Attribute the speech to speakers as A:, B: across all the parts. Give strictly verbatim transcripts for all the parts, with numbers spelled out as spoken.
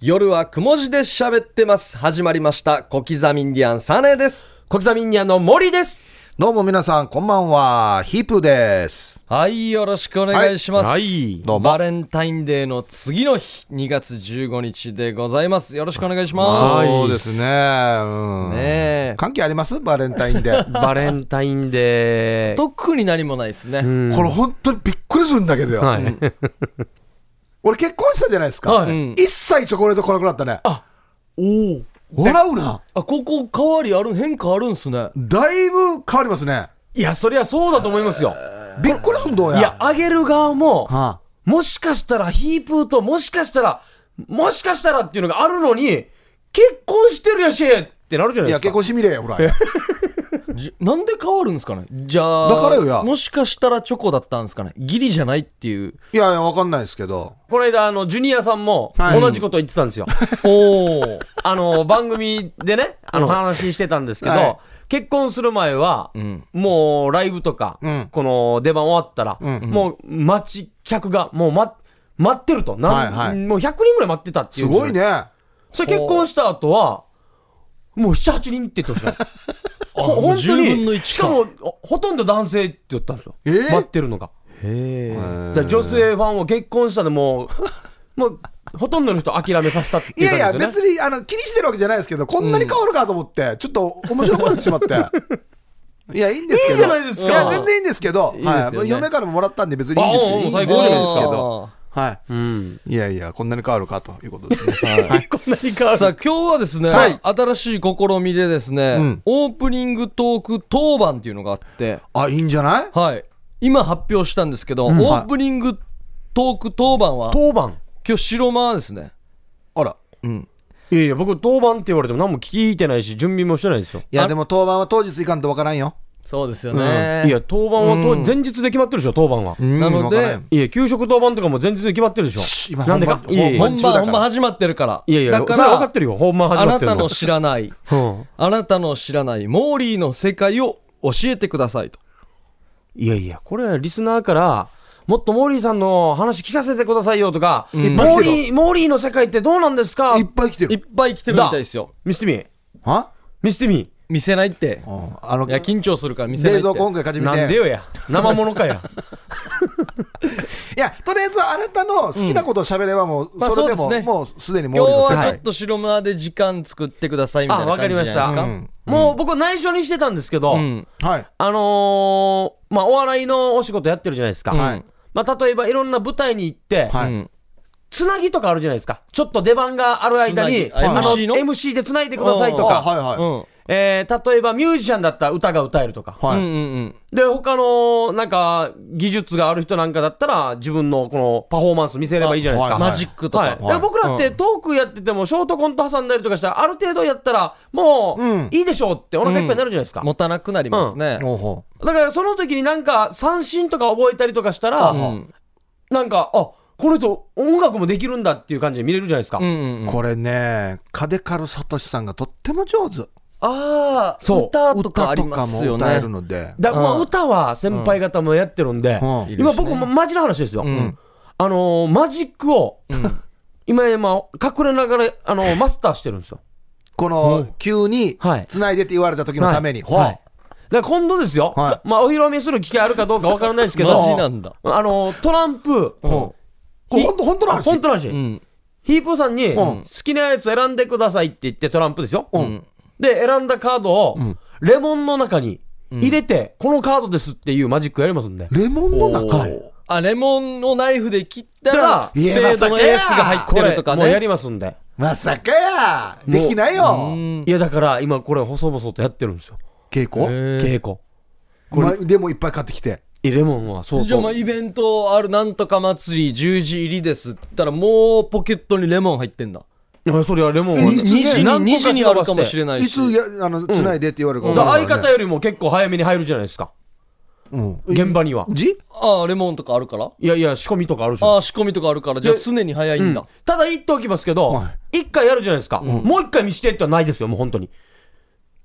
A: 夜はくも字で喋ってます。始まりました。小刻みインディアンサネです。
B: 小刻みインディアンの森です。
C: どうも皆さんこんばんは、ヒープです。
A: はい、よろしくお願いします、
B: はい、
A: どうも。バレンタインデーの次の日にがつじゅうごにちでございます。よろしくお願いします。
C: そうですね、うん、ね関係ありますバレンタインデー
B: バレンタインデー
A: 特に何もないですね。
C: これ本当にびっくりするんだけどよ、はい、俺結婚したじゃないですか、はい、一切チョコレート来なくなったね。
B: あ、お
C: お笑うな。
A: あ、ここ変わりある、変化あるんすね。
C: だいぶ変わりますね。
B: いや、そりゃそうだと思いますよ。
C: びっくりすんどうや。
B: いや、あげる側も、はあ、もしかしたらヒープーともしかしたらもしかしたらっていうのがあるのに、結婚してるやしってなるじゃないですか。いや、
C: 結婚しみれよほら
A: なんで変わるんですかね。じゃあ
C: だからよや、
A: もしかしたらチョコだったんですかね。ギリじゃないっていう。
C: いやいや、わかんないですけど、
B: この間あのジュニアさんも同じこと言ってたんですよ、はい、おあの番組でね、あの話してたんですけど、はい、結婚する前は、うん、もうライブとか、うん、この出番終わったら、うん、もう待ち客がもう、ま、待ってると、なん、はいはい、もうひゃくにんぐらい待ってたっていう。
C: すごいね。
B: それ結婚した後はもうななはちにんって言ってました本当にじゅうぶんのいちか。しかもほとんど男性って言ったんですよ、えー、待ってるのが。へー。だ女性ファンは結婚したでもうもうほとんどの人諦めさせたっていう感じですよね。いやいや、
C: 別にあの気にしてるわけじゃないですけど、こんなに変わるかと思って、うん、ちょっと面白くなってしまっていや、いいんですけど、
B: いいじゃないですか。
C: いや全然いいんですけど、いいですよね、はい、嫁からももらったんで別にいいんですよ。いい最高じゃないですけど、はい、うん、いやいや、こんなに変わるかということですね、はい、
B: こんなに変わる。
A: さあ今日はですね、はい、新しい試みでですね、うん、オープニングトーク当番っていうのがあって、
C: あ、いいんじゃない。
A: はい、今発表したんですけど、うん、オープニングトーク当番は
B: 当番
A: 今日白間ですね。
C: あら、
A: うん、
B: いやいや、僕当番って言われても何も聞いてないし準備もしてないですよ。
C: いやでも当番は当日行かんとわからんよ。
A: そうですよね、
B: うん、いや当番は当、うん、前日で決まってるでしょ当番は、
A: うん、なので
B: いや給食当番とかも前日で決まってるでしょ。
C: 今
B: なんでか、
A: いやいや、本番本番始まってるから。
B: いやいや、
A: だから
B: 分かってるよ、本番始まってるの。
A: あなたの知らない、うん、あなたの知らないモーリーの世界を教えてくださいと。
B: いやいや、これはリスナーからもっとモーリーさんの話聞かせてくださいよとか、うん、モーリーモーリーの世界ってどうなんですか。
C: いっぱい来てる、
A: いっぱい来てるみたいですよ。
B: 見せてみ。
C: は
B: 見せてみ。
A: 見せないって、
C: うん、あの
A: いや緊張するから見せないって。
C: 冷蔵庫音楽始めて。
B: なんでよや、生物かや
C: いや、とりあえずあなたの好きなことを喋ればもう、うん、それでも、まあ、もうすでにモーリーの世界。
A: 今日はちょっと白間で時間作ってくださいみたいな感じじゃないですか。
B: あ、わかりました、うん、もう僕内緒にしてたんですけど、うん、
C: はい、
B: あのー、まあお笑いのお仕事やってるじゃないですか、はい、まあ、例えばいろんな舞台に行って、はい、つなぎとかあるじゃないですか。ちょっと出番がある間にあの エムシー でつないでくださいとか、
C: はいはい、うん、
B: えー、例えばミュージシャンだったら歌が歌えるとか、はい、うんうんうん、で他のなんか技術がある人なんかだったら自分のこのパフォーマンス見せればいいじゃないですか、
A: はいはい、マジックとか、
B: はいはい、僕らってトークやっててもショートコント挟んだりとかしたらある程度やったらもういいでしょうってお腹いっぱいになるじゃないですか、
A: うん、持たなくなりますね、うん、
B: だからその時になんか三振とか覚えたりとかしたら、うん、なんかあこの人音楽もできるんだっていう感じで見れるじゃないですか、うん
C: うんうん、これね、カデカルサトシさんがとっても上手。
A: ああ、歌とかありますよね。
C: 歌とかも歌えるので、
B: だからもう歌は先輩方もやってるんで、うんうん、今僕マジな話ですよ、うん、あのー、マジックを、うん、今今隠れながら、あのー、マスターしてるんですよ。
C: この急につないでって言われた時のために、
B: はいはいはい、だから今度ですよ、はい、まあ、お披露目する機会あるかどうかわからないですけど
A: マジなんだ、
B: あのー、トランプ、うん、
C: これ本当本当の話、
B: 本当の話、うん、ヒープーさんに、うん、好きなやつ選んでくださいって言ってトランプですよ、うん、で選んだカードを、うん、レモンの中に入れて、うん、このカードですっていうマジックやりますんで。
C: レモンの中、
A: あ、レモンのナイフで切ったらスペードのエースが入ってるとかね、
B: もうやりますんで。
C: まさかやできないよ。
B: いやだから今これ細々とやってるんですよ、
C: 稽古
B: 稽古
C: これでもいっぱい買ってきて、
B: レモンはそう。
A: じゃあまあイベントあるなんとか祭りじゅうじ入りですって言ったらもうポケットにレモン入ってんだ。
B: いやそれはレモンは
A: にじににじにあるかもしれないし、
C: いつやあのつないでって言われるか、
B: うん、だ相方よりも結構早めに入るじゃないですか、うん、現場には
C: じ
A: ああレモンとかあるから、
B: いやいや仕込みとかあるじゃん。
A: ああ仕込みとかあるから、じゃあ常に早いんだ、
B: うん、ただ言っておきますけど、はい、いっかいやるじゃないですか、うん、もういっかい見してってはないですよ、もう本当に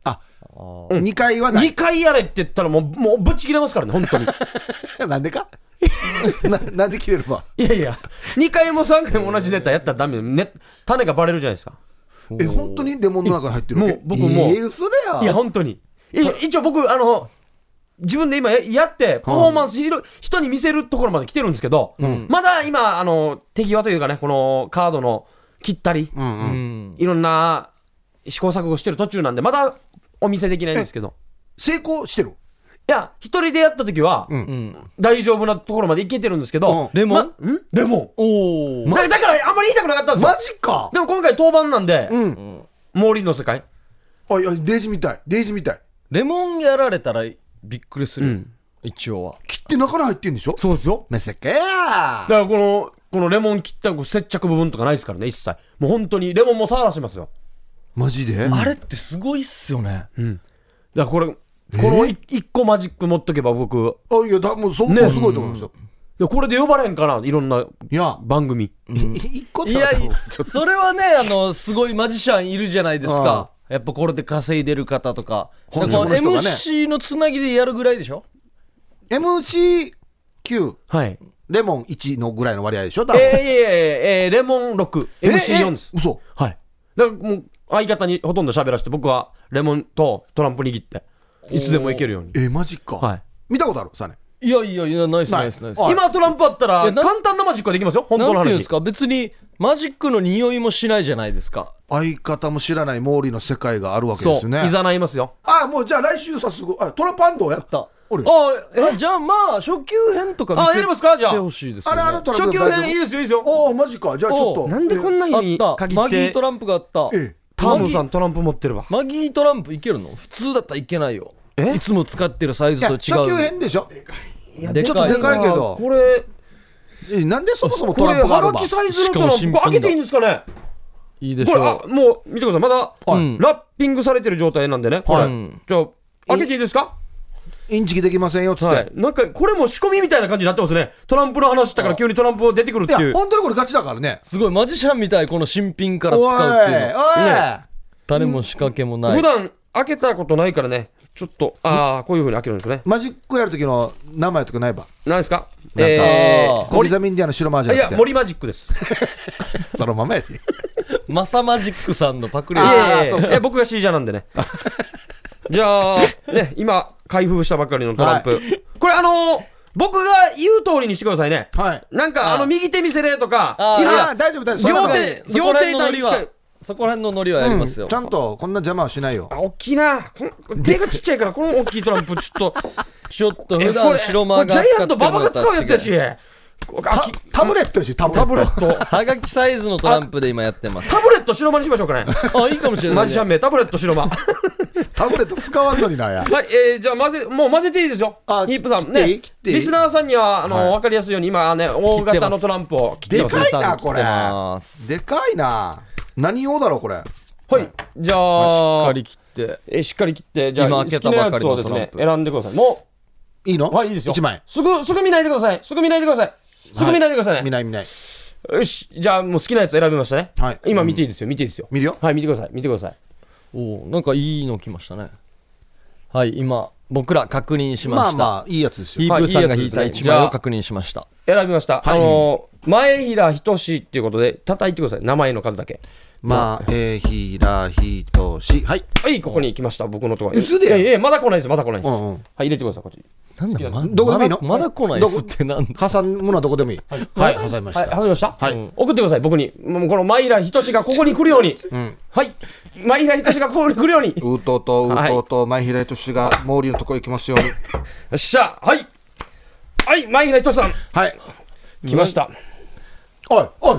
C: あ、うん、にかいはない。
B: にかいやれって言ったらもうもうぶっち切れますからね本当に
C: なんでかな, なんで切れるわ。
B: いやいやにかいもさんかいも同じネタやったらダメ、ね、種がバレるじゃないですか。
C: え本当にレモンの中に入ってるわけ。
B: もう僕もう、
C: えー、嘘だよ。
B: いや本当に一応僕あの自分で今やってパフォーマンス人に見せるところまで来てるんですけど、うん、まだ今あの手際というかねこのカードの切ったり、うんうん、いろんな試行錯誤してる途中なんでまだお見せできないんですけど。
C: 成功してる。い
B: や一人でやった時は、うん、大丈夫なところまでいけてるんですけど、
A: うん、レモン、
B: ま、んレモンおだ, だからあんまり言いたくなかったんですよ。
C: マジか。
B: でも今回当番なんで、うん、毛利の世界。
C: あいやデイジみたいデイジみたい。
A: レモンやられたらびっくりする、うん、一応は
C: 切って中に入ってんでしょ。
B: そうですよ。
C: めせけやだ
B: からこのこのレモン切った接着部分とかないですからね一切。もう本当にレモンも触らしますよ。
C: マジで、
A: うん、あれってすごいっすよね、
B: うん、だからこれこのいっこマジック持っとけば僕
C: あいやだもう相当すごいと思いますよ、ね、
B: うん、これで呼ばれへんかないろんな番組。
C: いや、うん、いっこ
A: いやそれはねあのすごいマジシャンいるじゃないですか。やっぱこれで稼いでる方とか、だから エムシー のつなぎでやるぐらいでしょ。
C: エムシーきゅう、
B: はい、
C: レモンいちのぐらいの割合でしょ。
B: えー、えー、えー、レモンろく エムシーよん です。
C: 嘘。
B: はい。だからもう相方にほとんど喋らせて僕はレモンとトランプ握っていつでもいけるように。
C: えー、マジか、はい、見たことあるさね。
A: いやいやいやナイスナイスナイス。
B: 今トランプあったら簡単なマジックはできますよ。本当の話。なんていうんですか、
A: 別にマジックの匂いもしないじゃないですか。
C: 相方も知らない毛利の世界があるわけですよね。
B: そういざないますよ。
C: あもうじゃあ来週早速あトラパンドをやった俺。
A: あえじゃあまあ初級編とか見せてほしいですよね。
C: あれあのトランプ
B: 初級編いいですよいいですよ。
C: あマジか。じゃあちょっと
B: なんでこんな日に限って
A: マギートランプがあった、ええ、
B: タームさんトランプ持ってるわ。
A: マギートランプいけるの？普通だったらいけないよ。いつも使ってるサイズと違う。
C: 初級編でしょ。
A: いや
C: ちょっとでかいけど
B: これ
C: えなんでそもそもトランプがある
B: ばこれはがきサイズのトランプこれ開けていいんですかね。
A: いいでしょう。
B: これあもう見てくださいまだ、うん、ラッピングされてる状態なんでねこれ、うん、じゃあ開けていいですか。
C: インチキできませんよっつって、はい、
B: なんかこれも仕込みみたいな感じになってますね。トランプの話したから急にトランプ出てくるっていう。い
C: や本当にこれガチだからね。
A: すごいマジシャンみたい。この新品から使うっていうの
C: おいおい、ね、
A: 誰も仕掛けもない。
B: 普段開けたことないからねちょっとああこういう風に開けるんですね。
C: マジックやる時の名前とかないば
B: 何ですか。
C: えー、コリザミンディアの白マージャン。
B: いや森マジックです
C: そのままやし
A: マサマジックさんのパクリ。
B: いやいやいや僕がシージャーなんでねじゃあね今開封したばっかりのトランプ、はい、これあのー、僕が言う通りにしてくださいね、はい、なんかあの右手見せれとか
C: あいや大丈夫大丈
B: 夫。両手両手のノリは
A: そこら辺のノリはやりますよ、
C: うん、ちゃんとこんな邪魔はしないよ。
B: あ大きいな手がちっちゃいからこの大きいトランプちょっと
A: ちょっと普段白間が使ってるのとは違う。ジャイアント馬場が使うやつやし
C: タブレットやしタブレット
A: はがきサイズのトランプで今やってます。
B: タブレット白間にしましょうかね
A: あいいかもしれない、ね、
B: マジシャン名タブレット白間
C: タブレット使わんのになや
B: はい、えー、じゃあ混ぜもう混ぜていいですよ。ヒープさんねリスナーさんにはあの、はい、分かりやすいように今ね大型のトランプを
C: 切ってます。でかいなこれでかいな。何用だろうこれ。
B: はい、じゃあ
A: しっかり切って
B: えしっかり切ってじゃあ
A: 今開けたばかりのトランプ
B: 好きなやつをですね選んでください。も
C: ういいの。
B: はいいいですよ。
C: いちまい
B: すぐすぐ見ないでください。すぐ見ないでください。すぐ見ないでくださいね、はい、
C: 見ない見ない。
B: よしじゃあもう好きなやつ選びましたね、はい、今見ていいですよ見ていいですよ。
C: 見るよ。
B: はい見てください見てください。
A: おなんかいいの来ましたね。はい今僕ら確認しました。
C: まあまあいいやつですよ。
A: ヒープーさんが引いたいちまいを確認しました。
B: 選びました、はい、あのー、前平仁っていうことで叩いてください。名前の数だけ。
C: 前平仁はい
B: はいここに来ました僕のところ。
C: 嘘で。
B: いやいやまだ来ないですまだ来ないです、うんうん、はい入れてくださいこっち。
A: なんだま
C: どこでもいいの。
A: まだ来ないですってなんだ。
C: 挟むのはどこでもいい。はい、はい、挟みました。
B: はい、挟みました。
C: はい、
B: 送ってください僕に。もうこの前平仁がここに来るように。うん、はい前平仁がここに来るように。
C: うとうとうとうと前平仁が毛利のところ行きますように。よ
B: っしゃはいはい前平仁さん
C: はい
B: 来ました。
C: おいおい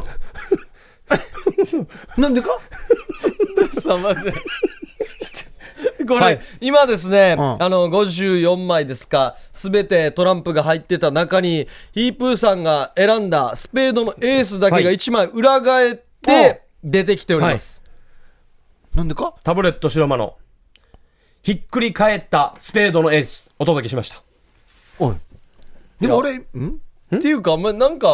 C: なんでか
A: さまでこれ、はい、今ですね、うん、あのごじゅうよんまいですかすべてトランプが入ってた中にヒープーさんが選んだスペードのエースだけがいちまい裏返って出てきております、
C: はい、なんでか
B: タブレット白間のひっくり返ったスペードのエースお届けしました。
C: おいでも俺ん
A: っていうか、ま、なんか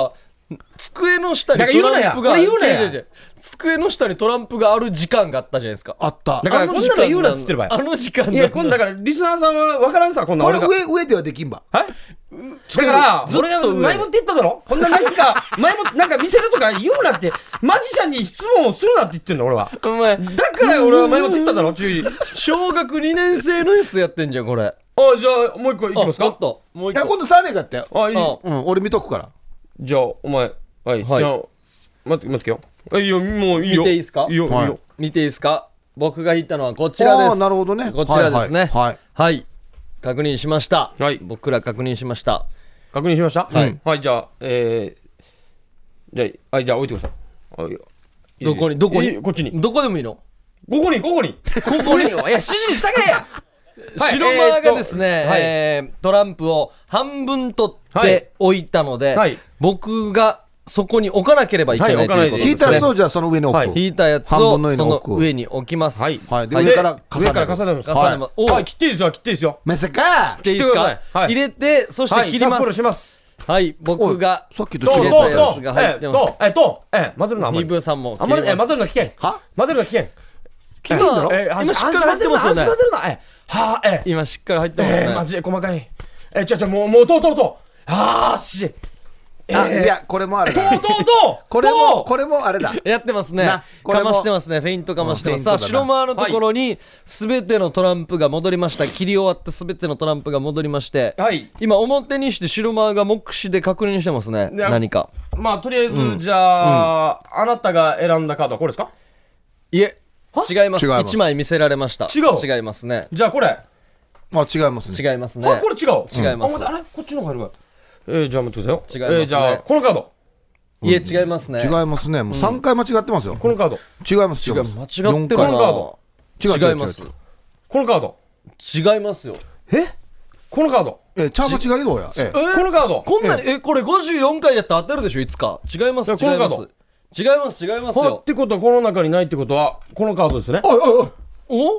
A: 机の下にトランプが違う違う違う机の下にトランプがある時間があったじゃないですか。
C: あった。
B: だからこんなの言うなっつってる場合。
A: あの時間
B: いや、こんだからリスナーさんは分からんさ、こんな
C: これ上上ではできんば。
B: はい。だから俺が前もって言っただろ。こんな何か前もなんか見せるとか言うなって、マジシャンに質問をするなって言ってんの俺は。
A: お前
B: だから俺は前もって言っただろ。注意。
A: 小学にねん生のやつやってんじゃんこれ。
B: あ、じゃあもう一個いきますか。
A: もう一個。
C: いや今度サーネがやってよ。
B: あ、いい。
C: うん、俺見とくから。
B: じゃあお前はい、じゃあ待って待ってよ。いいよ、もういいよ。
A: 見ていいですか。
B: いいよ、いいよ。
A: 見ていいですか。僕が引いたのはこちらです。
C: あ、なるほどね。
A: こちらですね。
C: はい
A: はい。確認しました。
B: はい。
A: 僕ら確認しました。
B: 確認しました。
A: はい。
B: はい、じゃあえー、じゃあはい、じゃあ置いてください。
A: どこにどこに
B: こっちに。
A: どこでもいいの。
B: ここにここにここに。いや指示したけや。
A: 白間がですね、えー、トランプを半分取って置いたので、はい、僕がそこに置かなければいけない、はい、ということですね。
C: 引いたやつをじゃあその上に置く、はい、
A: 引いたやつをその上に置きます。
B: はい、
C: はい、で上から重ねます。
B: 重ねます。はい、はい、切っていいですよ、切っていいですよ。
C: めせか
A: 切っていいですか。はい、入れてそして切ります。はい、シャッフルします。はい、僕が
C: さっきと
A: 違ったやつが入ってます。
B: えっとえっと混ぜるのあんまり。
A: ニブさんも
B: あんまり混ぜるの危険。は？混ぜるの危険。
A: 今今しっかり入ってますよね。
B: 混ぜるな。えはえ
A: 今しっかり入ってますね。
B: マジで細かい。えちょちょもうもうとうとうとう。はあし。
C: あ、いやこれもあれ
B: だ。とうとうと
C: これもこれもあれだ。
A: やってますね。かましてますね。フェイントかましてます。さあ白間のところにすべてのトランプが戻りました。切り終わったすべてのトランプが戻りまして、今表にして白間が目視で確認してますね。何か。
B: まあとりあえずじゃああなたが選んだカードはこれですか。
A: いえ。違います。いちまい見せられました。
B: 違う。
A: 違いますね。
B: じゃあこれ。
C: あ、違いますね。
A: 違いますね。
B: あ、これ違う。
A: 違います。
B: あれこっちの方が入るわ。えー、じゃあ待ってくださいよ。
A: 違いますね。
B: じゃあこのカード。
A: いえ違いますね。
C: 違いますね。もうさんかい間違ってますよ。
B: このカード。
C: 違います。違います。
A: 間違ってるな。
C: 違
A: います。
B: このカード。
A: 違いますよ。
B: え？このカード。
C: え、ちゃう間違いどうや。
B: え、このカード。
A: こんなにえこれごじゅうよんかいやったら当たるでしょいつか。違います。違います。違います違いますよ。
B: ってことはこの中にないってことはこのカードですね。
C: おいおいおい。
A: お？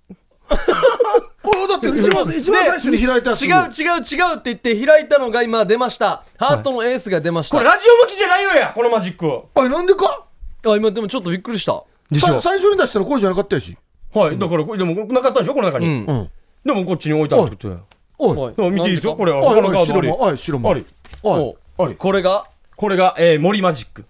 C: おだって一番一番最初に開いたやつ。
A: 違う違う違うって言って開いたのが今出ました。ハートのエースが出ました。
B: これラジオ向きじゃないよやこのマジック。
C: あ、なんでか。
A: あ、今でもちょっとびっくりした。
C: 最初に出したのこれじゃなかったやし。
B: はい、だからこれでもなかったでしょこの中に。でもこっちに置いたってことや。おい、見ていいですよこれ。このカードあり。
C: あい白もあり。
A: あり。これが
B: これがえ森マジック。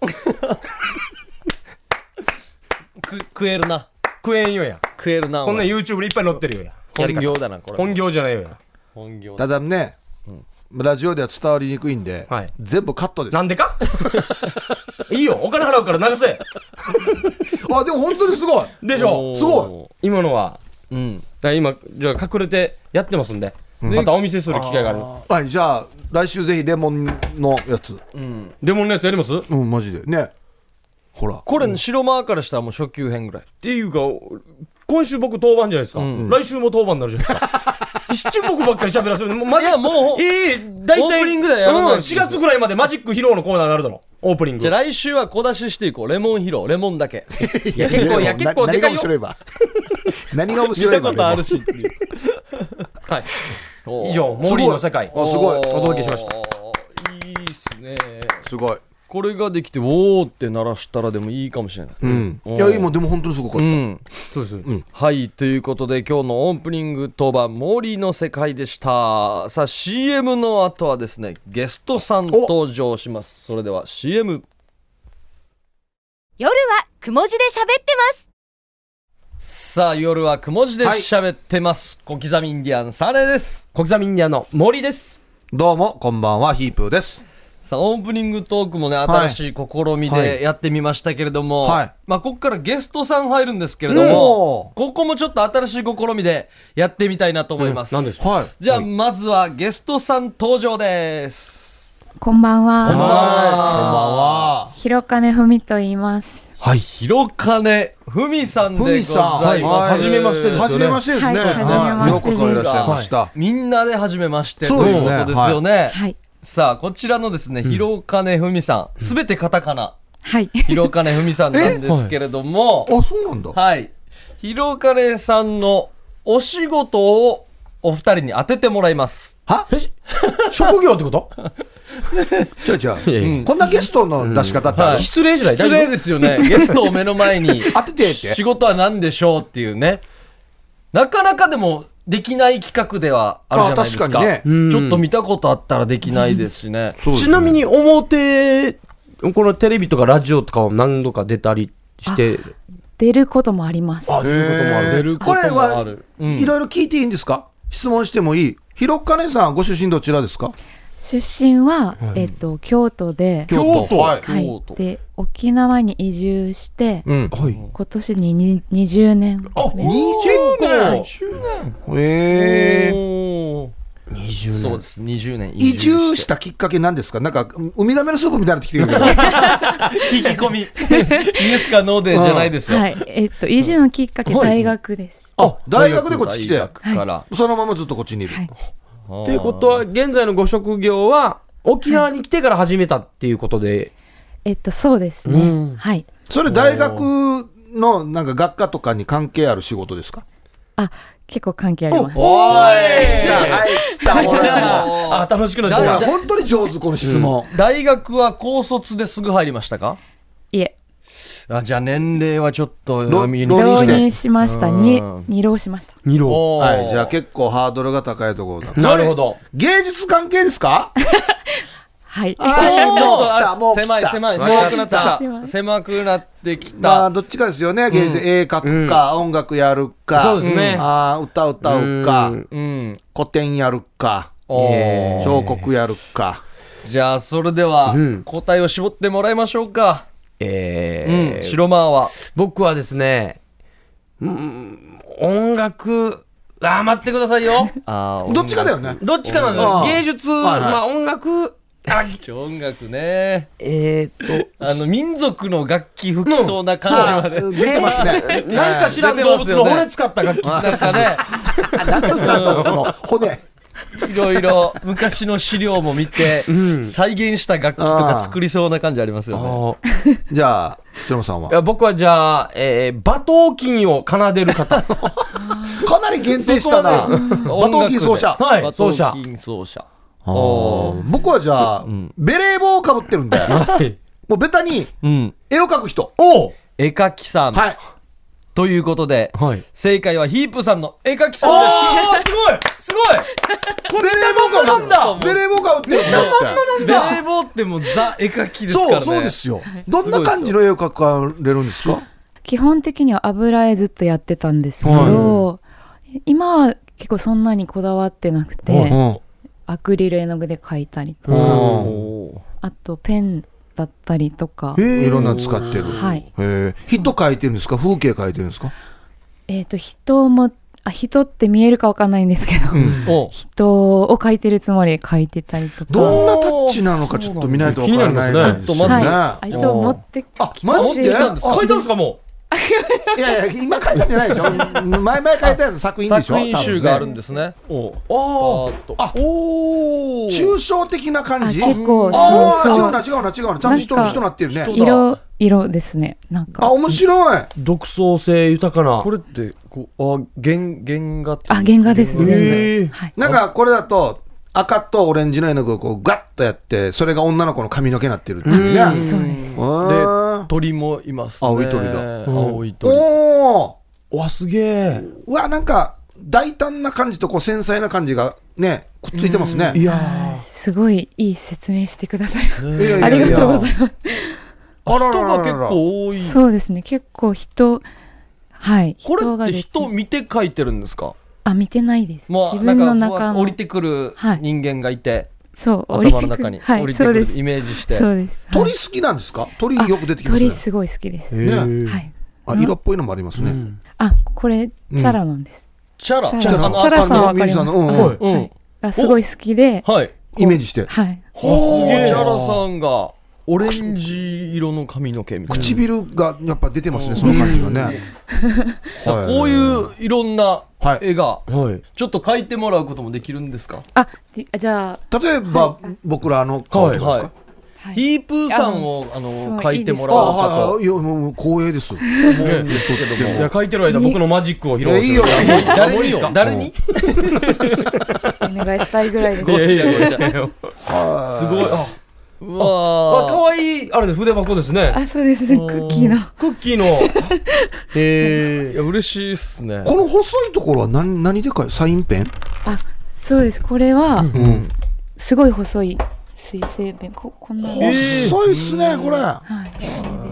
A: く食えるな。
B: 食えんよや。
A: 食えるな。
B: こんな YouTube にいっぱい載ってるよや。
A: 本業だなこれ。
B: 本業じゃないよや。
A: 本業。
C: ただね、ラジオでは伝わりにくいんで、全部カットです。
B: なんでか。いいよお金払うから流せ。
C: あ、でも本当にすごい
B: でしょ。
C: すご
B: い今のは。
A: うん。
B: だから今じゃあ隠れてやってますんで、またお見せする機会がある。
C: はい、じゃあ来週ぜひレモンのやつ。
B: レモンのやつやります？
C: うん、マジでね。ほら
A: これ白間からしたらもう初級編ぐらい
B: っていうか今週僕当番じゃないですか、うん、来週も当番になるじゃないですか。一瞬僕ばっかり喋らせる。
A: ま、いやもう
B: ええ大体
A: オープニングでやらない、うん、
B: しがつぐらいまでマジック披露のコーナーになるだろオープニング。
A: じゃあ来週は小出ししていこう。レモン披露レモンだけ。
B: いや結構いや結構でかいよ。
C: 何が面白いば。
A: 見たことあるしっていう。
B: はい以上モーリーの世界
C: あすごい
B: お届けしました。
A: いいっすね。
C: すごい。
A: これができておーって鳴らしたらでもいいかもしれない、
C: うん、いや今でも本当にすごかった、うん、
B: そうです、うん、
A: はいということで今日のオープニング当番モーリーの世界でした。さあ シーエム の後はですねゲストさん登場します。それでは シーエム。
D: 夜はくも字で喋ってます。
A: さあ夜はくも字で喋ってます、はい、小刻みインディアンサネです。
B: 小刻みインディアンのモーリーです。
C: どうもこんばんはヒープーです。
A: さあオープニングトークもね新しい試みでやってみましたけれども、はいはい、まあ、ここからゲストさん入るんですけれども、ここもちょっと新しい試みでやってみたいなと思います、
B: うん、何ですか、
C: はい、
A: じゃあまずはゲストさん登場です。
E: こんばんは。
A: こんばんは。
C: こんばんは。
E: 広金文と言います。
A: はい、広金文さんでございます。
B: はじめましてですよね。
C: はじめましてですね。
E: はい、
C: ようこそいらっしゃいました、
A: はい、みんなではじめましてということですよね。はいはい、さあこちらのですね、広金文さん、すべてカタカナ、
E: はい、
A: 広金文さんなんですけれども、
C: あ、そうなんだ。
A: はい、広金さんのお仕事をお二人に当ててもらいます。
B: は？職業ってこと？
C: 違う違う、こんなゲストの出し方ってある？
B: 失礼じゃない？
A: 失礼ですよね。ゲストを目の前に
C: 当ててって
A: 仕事は何でしょうっていうね。なかなかでもできない企画ではあるじゃないですか。
C: あ、確かにね、
A: ちょっと見たことあったらできないですしね。
B: うん、ちなみに表このテレビとかラジオとかは何度か出たりして
E: 出ることもあります。
B: あ、出ることもある。
A: 出ることもある。
C: これはいろいろ聞いていいんですか？質問してもいい？ひろかねさんご出身どちらですか？
E: 出身は、はい、えっと、京都で、
C: 京都、
E: はいはい、で沖縄に移住して、うん、今年ににじゅうねんめ。
C: あ、にじゅうねん、はい、えー、
B: にじゅうねん。
A: そうです、にじゅうねん
C: 移住したきっかけなんですか？なんかウミガメのスープみたいなの来てるけど
A: 聞き込みイエスかノーでじゃないですよ、
E: はい、えっと、移住のきっかけ、はい、大学です。
C: あ、大学でこっち来て、
A: はい、
C: そのままずっとこっちにいる、はい、
B: っていうことは現在のご職業は沖縄に来てから始めたっていうことで、はい、
E: えっとそうですね、うん、はい。
C: それ大学のなんか学科とかに関係ある仕事ですか？
E: あ、結構関係あります。
C: おーい、はい来たほら
B: あ、楽しくなってきた。
C: 本当に上手この質問、
A: うん、大学は高卒ですぐ入りましたか？
E: いえ。
A: あ、じゃあ年齢はちょっと
E: 浪人しました。に二浪しました。
B: 二浪。
C: はい、じゃあ結構ハードルが高いところだ。
B: なるほど。
C: 芸術関係ですか？
E: はい。
A: ちょっと狭い狭い狭くなってきた。狭くなってきた。
C: まあどっちかですよね。芸術、絵描くか音楽やるか。
B: そうですね。
C: あ、歌歌うか、古典やるか、彫刻やるか。
A: じゃあそれでは答えを絞ってもらいましょうか。えーうん、白間は
B: 僕はですね、うん、音楽、あ、待ってくださいよ
C: あ、どっちかだよね。
B: どっちかなんですよ。芸術、はいはい、まあ音楽、
A: あ、音楽ね。
B: えー、っと
A: あの民族の楽器吹きそうな感じまで、
C: うん、出てますね。
B: なんか知らん動物の骨使った楽器
A: なんかね
C: なんか知らん動物の骨
A: いろいろ昔の資料も見て、うん、再現した楽器とか作りそうな感じありますよ
C: ね。じゃあ白間さんは？
B: いや、僕はじゃあ、えー、馬頭琴を奏でる方か
C: なり限定したな。馬頭琴奏者、
B: はい、
A: 馬頭琴奏者。
C: 僕はじゃあ、うん、ベレー帽をかぶってるんで、はい、もうベタに絵を描く人、
B: お
A: 絵描きさん、
C: はい、
A: ということで、はい、正解はヒープさんの絵描きさん
B: です。すごいすごい。
C: ベレー帽かなんだ。ベレー帽かぶってるんだって。
A: ベレー帽ってもうザ絵描きですからね。
C: そうそうですよ。どんな感じの絵を描かれるんですか？
E: 基本的には油絵ずっとやってたんですけど、はい、今は結構そんなにこだわってなくて、はい、アクリル絵の具で描いたりとか、あとペンだったりとか、
C: いろんなの使ってる。
E: はい。
C: 人描いてるんですか？風景描いてるんですか？
E: えっと人も、あ、人って見えるかわかんないんですけど、うん、人を描いてるつもりで描いてたりとか。
C: どんなタッチなのかちょっと見ないとわからないですね。
B: ちょっとまずね。
E: はい、一応持ってきて。
C: あ、マジで？
B: 描いたんですかもう？
C: いやいや、今書いたんじゃないでしょ。前々書いたやつ作品でしょ。
A: 作品集があるんですね。
C: おおあ、お抽象的な感じ。
E: 結構、
C: ああ、違うな違うな違うな、ちゃんと人人なってるね。
E: 色色ですね。なんか。
C: あ、面白い。
B: 独創性豊かな。
A: これってこう、あ、原原画って。
E: あ、原画ですね。
C: なんかこれだと赤とオレンジの絵の具をこうガッとやって、それが女の子の髪の毛になってるっていうね。
E: そうです。
A: で、鳥もいますね。
C: 青い鳥だ。
A: 青い鳥。
C: お
B: お、わ、すげえ。
C: うわ、なんか大胆な感じとこう繊細な感じがね、くっついてますね。
E: いや、すごいいい説明してください。ありがとうございます。
A: 人が結構多い。
E: そうですね、結構人、はい。
A: これって人見て描いてるんですか？
E: あ、見てないです。
A: もう自分の中の降りてくる人間がいて、はい、
E: そう
A: 頭の中に降りてくるイメージして。
E: そうです。
C: 鳥好きなんですか？鳥よく出てきますね。
E: 鳥すごい好きです。
C: ね、はい。あ、色っぽいのもありますね。うん、
E: あ、これチャラなんです。
A: うん、チャラ、
E: チャラ、チャラさんわかります。うんうん。がすごい好きで、
A: はい。
C: イメージして。
E: はい。
A: おー、チャラさんがオレンジ色の髪の毛みたいな。
C: 唇がやっぱ出てますね、その感じがね。
A: さあ、こういういろんな絵がちょっと描いてもらうこともできるんですか？
E: あ、じゃ
C: あ例えば僕らの顔とかですか？
A: ヒープーさんをあの描いてもらおうかと。
C: いや、もう光栄です。
A: 思うんですけども。
B: いや、描いてる間僕のマジックを披露する。
C: いいよ。
A: 誰に？誰に？
E: 願いしたいぐらいです。
A: ごっちゃごっちゃ。
B: すごい。あ、
A: うわ
B: あ、可愛いあれで筆箱ですね。
E: あ、そうです。クッキーの。
B: クッキーの。へえ。
A: いや嬉しいっすね。
C: この細いところは何何でかい？サインペン？
E: あ、そうです。これは、
C: うん、
E: すごい細い水性ペン。ここんな
C: 細いっすねこれ。はい。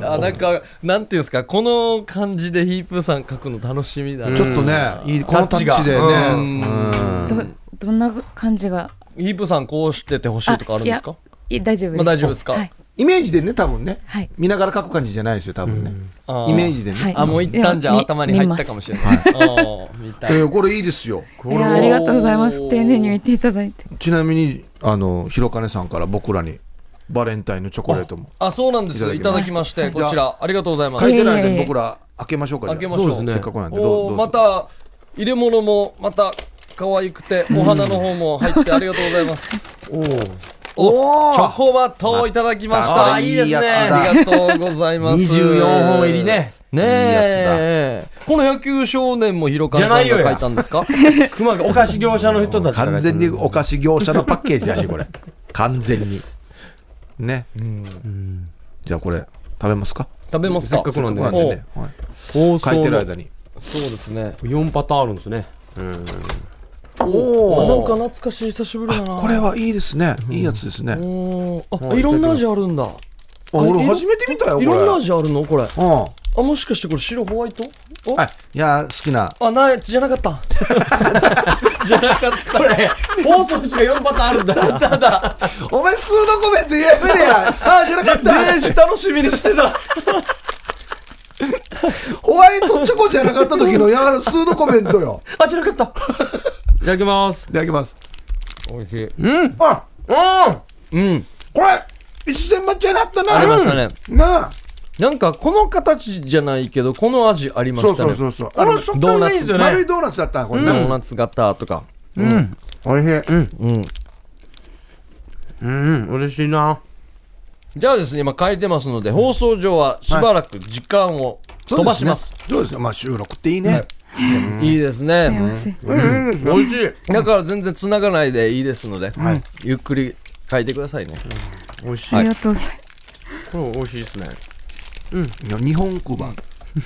A: あ、なんかなんていうんですか、この感じでヒープーさん書くの楽しみだね。
C: ちょっとね、いいこのタッチでね。
E: うんど, どんな感じが？
A: ヒープーさんこうしててほしいとかあるんですか？
E: いや大丈夫です。
A: まあ、大丈夫ですか？はい、
C: イメージでね、多分ね、
E: はい、
C: 見ながら書く感じじゃないですよ多分ね。うん、イメージでね。
A: はい、あ、もう一旦じゃあ頭に入ったかもしれない。あ見たい。
C: えー、これいいですよ。
E: これありがとうございます。丁寧に見ていただいて。
C: ちなみにあのひろかねさんから僕らにバレンタインのチョコレートも。
A: あ、そうなんです。いただきまして、こちらありがとうございます。
C: 書いてない間に僕ら開けましょうか。
A: 開けましょう。
C: せっかくなんで。どうぞ。
A: また入れ物もまた可愛くて、お花の方も入ってありがとうございます。おお、チョコバットをいただきました。いいですね。ありがとうございます。
B: にじゅうよんほん入りね。
A: ねえ、この野球少年もひろかねさんが書いたんですか？
B: 熊がお菓子業者の人たち。
C: 完全にお菓子業者のパッケージやしこれ。完全に。ね。じゃあこれ食べますか？
A: 食べますか？
C: せっかくなんでね。書いてる間に。
A: そうですね。
B: よんパターンあるんですね。
A: おお、なんか懐かしい、久しぶりだな。
C: これはいいですね。いいやつですね。
A: あ、いろんな味あるんだ。
C: 俺初めて見たよこれ。
A: いろんな味あるのこれ。
C: うん。
A: あ、もしかしてこれ白ホワイト？
C: あ、いや好きな。
A: あ、ないじゃなかった。じゃなかった。
B: これ放送しかよんパターンあるんだ。
A: だだ。
C: お前数のコメントやめれや。あ、じゃなかった。
A: 電子楽しみにしてた。
C: ホワイトチョコじゃなかった時のやる数のコメントよ。
B: あ、じゃなかった。いただきます。
C: いただきます。
A: おいしい。
B: うん。
C: あ、
B: うん。うん。
C: これ一戦間違いなったな。
A: ありましたね。
C: なあ。
A: なんかこの形じゃないけどこの味ありましたね。
C: そうそうそうそう。
B: この食感がいいですよね。
C: 丸いドーナツだったこれ。
A: ドーナツ型とか。
C: うん。おいしい。
B: うんうんうん。嬉しいな。
A: じゃあですね、今書いてますので放送上はしばらく時間を飛ばします。
C: そうですね。まあ収録っていいね。
A: いいですね。
B: うん、おいしい。
A: だから全然つながないでいいですので、ゆっくり書いてくださいね。
B: おいしい。
E: ありがとうございます。
B: これおいしいですね。
C: うん。日本クバ。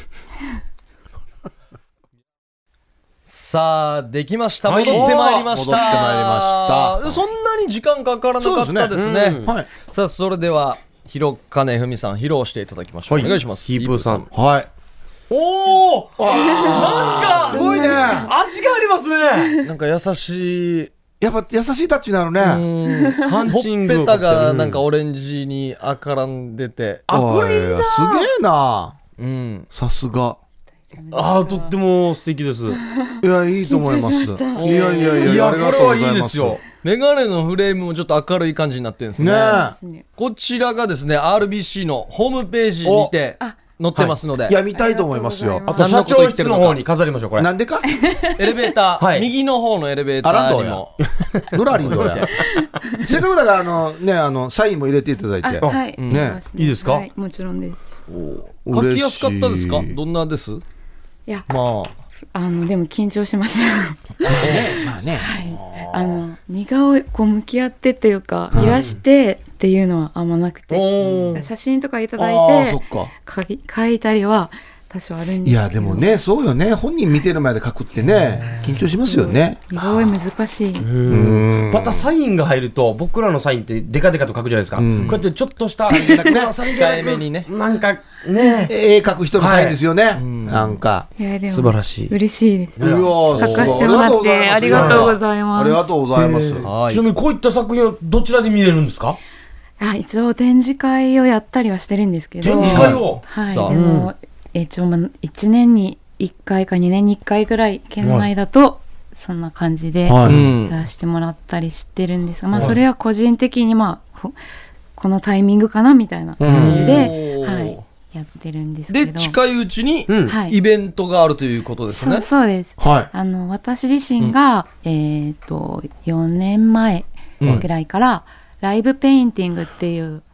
A: さあできました。戻ってまいりました。
C: 戻ってまいりました。
A: そんなに時間かからなかったですね。
C: はい。
A: さあそれではひろかねふみさん披露していただきましょう。お願いします。
B: ヒープーさん。
C: はい。
B: おお、なんか
C: すごいね。
B: 味がありますね。
A: なんか優しい。
C: やっぱ優しいタッチなのね。
A: ハンチングほっぺたがなんかオレンジに赤らんでて。
B: あ、これいいな。
C: すげえな。
A: うん。
C: さすが。
B: あー、とっても素敵です。
C: いや、いいと思います。いやいやいや、
B: いや、
C: ありがとうございます。
B: これはいいですよ。
A: メガネのフレームもちょっと明るい感じになってるんですね。
C: ね。
A: こちらがですね アールビーシー のホームページにて載ってますので、
C: いや見たいと思いますよ。
B: あと社長室の方に飾りましょうこれ。
C: なんでか？
A: エレベーター、右の方のエレベーターにも
C: ぬらりんどや。せっかくだからあのねあのサインも入れていただいて。
E: はい。
C: ね。
B: いいですか？
E: もちろんです。
A: 書きやすかったですか？どんなです？
E: いや、
A: ま
E: あ、あのでも緊張しました。
C: まあね。
E: はい。あの似顔こう向き合ってっていうか、いらしてっていうのはあんまなくて、写真とかいただいて書き書いたりは多少あるんですけど。
C: いやでもね、そうよね。本人見てる前で書くってね、緊張しますよね。
E: 似顔絵難しい。
B: またサインが入ると僕らのサインってデカデカと書くじゃないですか。こうやってちょっとした
A: 控えめにね、
B: なんかね、
C: 絵描く人のサインですよね。なんか
B: 素晴らしい。
E: 嬉しいです。
C: いや
E: 書かせてもらってありがとうございます。
C: ありがとうございます。
B: ちなみにこういった作品はどちらで見れるんですか？
E: あ、一応展示会をやったりはしてるんですけど。
B: 展示会を。
E: はい。でも一応いちねんにいっかいかにねんにいっかいぐらい県内だとそんな感じでやらせてもらったりしてるんですが、まあそれは個人的にまあこのタイミングかなみたいな感じで、はい、やってるんですけど。
A: で近いうちにイベントがあるということですね。
E: そう、そうです。
C: はい。
E: あの私自身が、うん、えっとよねんまえぐらいから、うん、ライブペインティングっていう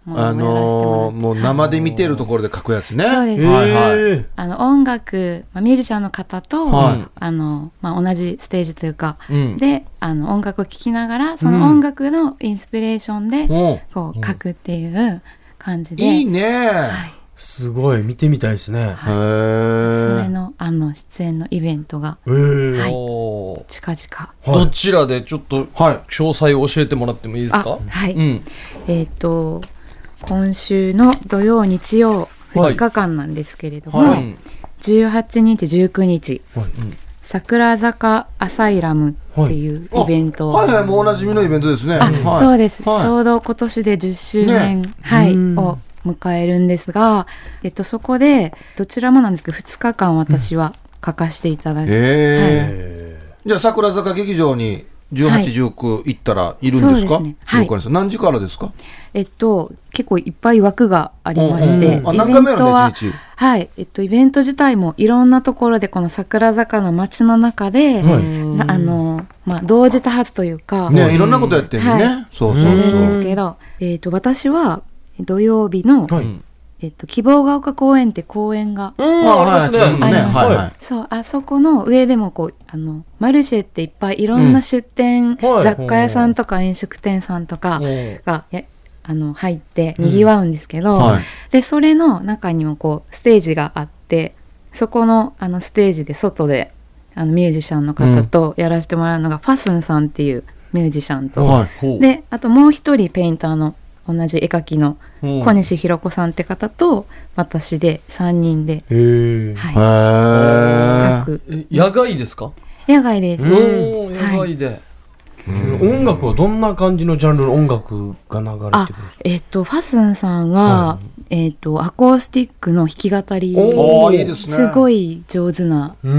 E: ものをやらせてもらって、あの
C: ー、もう生で見てるところで書くやつね。
E: そうです、
C: はいはい、
E: あの音楽、まあ、ミュージシャンの方と、はい、あのまあ、同じステージというか、うん、であの音楽を聴きながらその音楽のインスピレーションで、うん、こう書くっていう感じで、
C: いいね、はい、
B: すごい見てみたいですね、はい、
E: それ の, あの出演のイベントが、はい、近々、
A: はい、どちらでちょっと詳細を教えてもらってもいいですか？
E: はい、うん、えっ、ー、と今週の土曜日曜ふつかかんなんですけれども、はい、じゅうはちにちじゅうくにち、はい、桜坂アサイラムっていうイベント、
C: はいはいはい、もうおなじみのイベントですね。
E: あ、はい、そうです、はい、ちょうど今年でじゅっしゅうねん、ね、はい、を迎えるんですが、えっと、そこでどちらもなんですけどふつかかん私は書かせていただき、うん、
C: えーはい、じゃあ桜坂劇場にじゅうはち、じゅうく行ったらいるんですか？
E: そうですね、はい、
C: 何時からですか？
E: えっと、結構いっぱい枠がありまして、
C: うんうん、あ、何回目やるの？いちにち、
E: はい、えっと、イベント自体もいろんなところでこの桜坂の街の中で、はい、なあのまあ、同時多発というか、
C: ね、いろんなことやってるね、はい、そうそうそう、
E: なんですけど、えっと、私は土曜日の、はい、えっと、希望が丘公園って公園があります。そう、あそこの上でもこうあのマルシェっていっぱいいろんな出店、うん、雑貨屋さんとか飲食店さんとかがやあの入ってにぎわうんですけど、うん、はい、でそれの中にもこうステージがあって、そこ の, あのステージで外であのミュージシャンの方とやらせてもらうのが、うん、ファスンさんっていうミュージシャンと、はい、であともう一人ペインターの同じ絵描きの小西ひろ子さんって方と私でさんにんで、
C: へ、はい、
A: 描く。野外ですか？
E: 野外です。
A: お野外で、はい、
B: 音楽はどんな感じのジャンルの音楽が流れてくるんですか？
E: えっと、ファスンさんは、はい、えっと、アコースティックの弾き語り、
C: おー、いいですね、
E: すごい上手な、うん、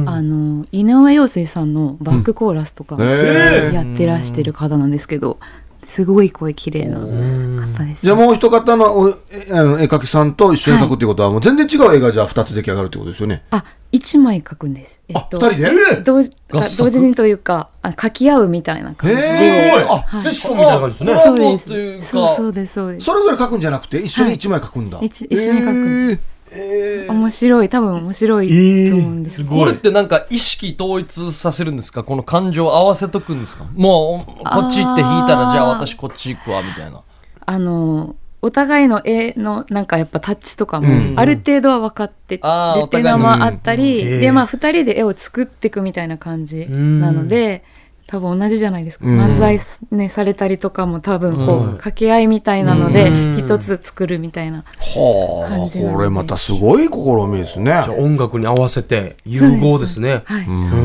E: あの井上陽水さんのバックコーラスとかやってらしてる方なんですけど、うん、すごい声綺麗な方です。
C: じゃあもう一方の絵描きさんと一緒に描くっていうことは、はい、もう全然違う絵がじゃあふたつ出来上がるってことですよね。
E: あ、いちまい描くんです。
C: えっと、あ、ふたりで
E: 同時同時にというか、あ、描き合うみたいな感じで、
B: あ、はい、セッションみたいな感じですね。
E: そうです。そうそうです、そうです。
C: それぞれ描くんじゃなくて一緒にいちまい描くんだ、
E: はい、一緒に描く。えー、面白い、多分面白いと思うんです、えー、
A: これってなんか意識統一させるんですか？この感情を合わせとくんですか？もうこっち行って弾いたらじゃあ私こっち行くわみたいな。
E: あのお互いの絵のなんかやっぱタッチとかもある程度は分かってるっていうのもあったり、うん、でまあふたりで絵を作っていくみたいな感じなので、多分同じじゃないですか、うん、漫才、ね、されたりとかも多分こう、うん、掛け合いみたいなので一つ作るみたいな感じなので、はあ、
C: これまたすごい試みですね。じゃあ
B: 音楽に合わせて融合ですね。
E: はい、
A: うん、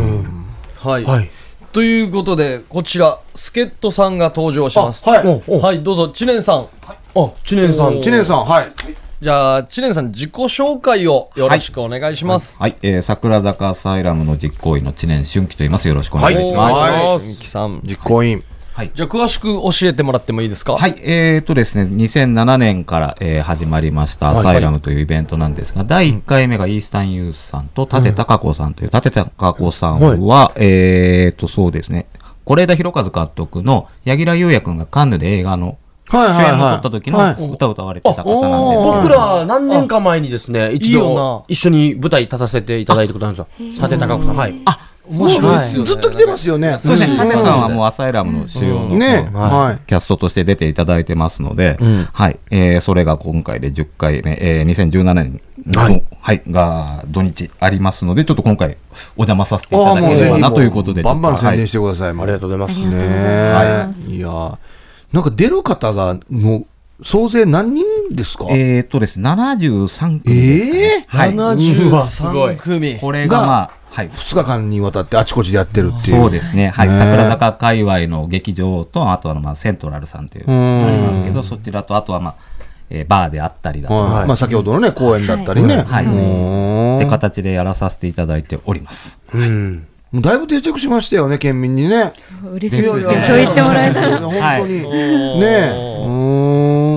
A: はい、はい、ということでこちら助っ人さんが登場します。
C: はい、
A: はい、どうぞ知念さん。
B: はい、あ、知念さん、
C: 知念さん、はい、
A: じゃあ知念さん自己紹介をよろしくお願いします。
F: はい、はいはい、えー、桜坂アサイラムの実行委員の知念俊樹と言います。よろしくお願いします。
A: はい、俊樹さん
C: 実行委員、
A: はい、じゃあ詳しく教えてもらってもいいですか？
F: はい、えーとですね、にせんななねんから、えー、始まりましたアサイラムというイベントなんですが、はいはい、だいいっかいめがイースタンユースさんと立高子さんという、立高子さんは、はい、えーとそうですね、是枝裕和監督の柳楽優弥君がカンヌで映画の主演を取った時の歌を歌われてた方なんです。
B: 僕ら何年か前にですね、一度一緒に舞台立たせていただいたことあるんですよ。立高子さん、はい。
C: あ、面白いですよね。ずっと来てますよね。
F: そうですね。立さんはもうアサイラムの主要のキャストとして出ていただいてますので、はい、それが今回でじゅっかいめ、にせんじゅうななねんのはいが土日ありますので、ちょっと今回お邪魔させていただければなということで、
C: バンバン宣伝してください。
B: ありがとうございます。
C: ね、いや。なんか出る方がもう総勢何人ですか？
F: えーっとですね、ななじゅうさんくみですかね。
C: えー、
F: はい、
A: ななじゅうさんくみ。
F: これがまあ、はい、
C: ふつかかんにわたってあちこちでやってるっていう。
F: そうですね。はい、桜坂界隈の劇場と、あとはまあセントラルさんというのがありますけど、そちらとあとはまあ、えー、バーであったりだとか、
C: はい、まあ先ほどのね公演だったりね、
F: はい、はい、って形でやらさせていただいております。
C: うん、もうだいぶ定着しましたよね、県民にね。
E: そう嬉しいですね、そう言ってもらえたら
C: 本当に、はい、ねえ、うーん、
A: こ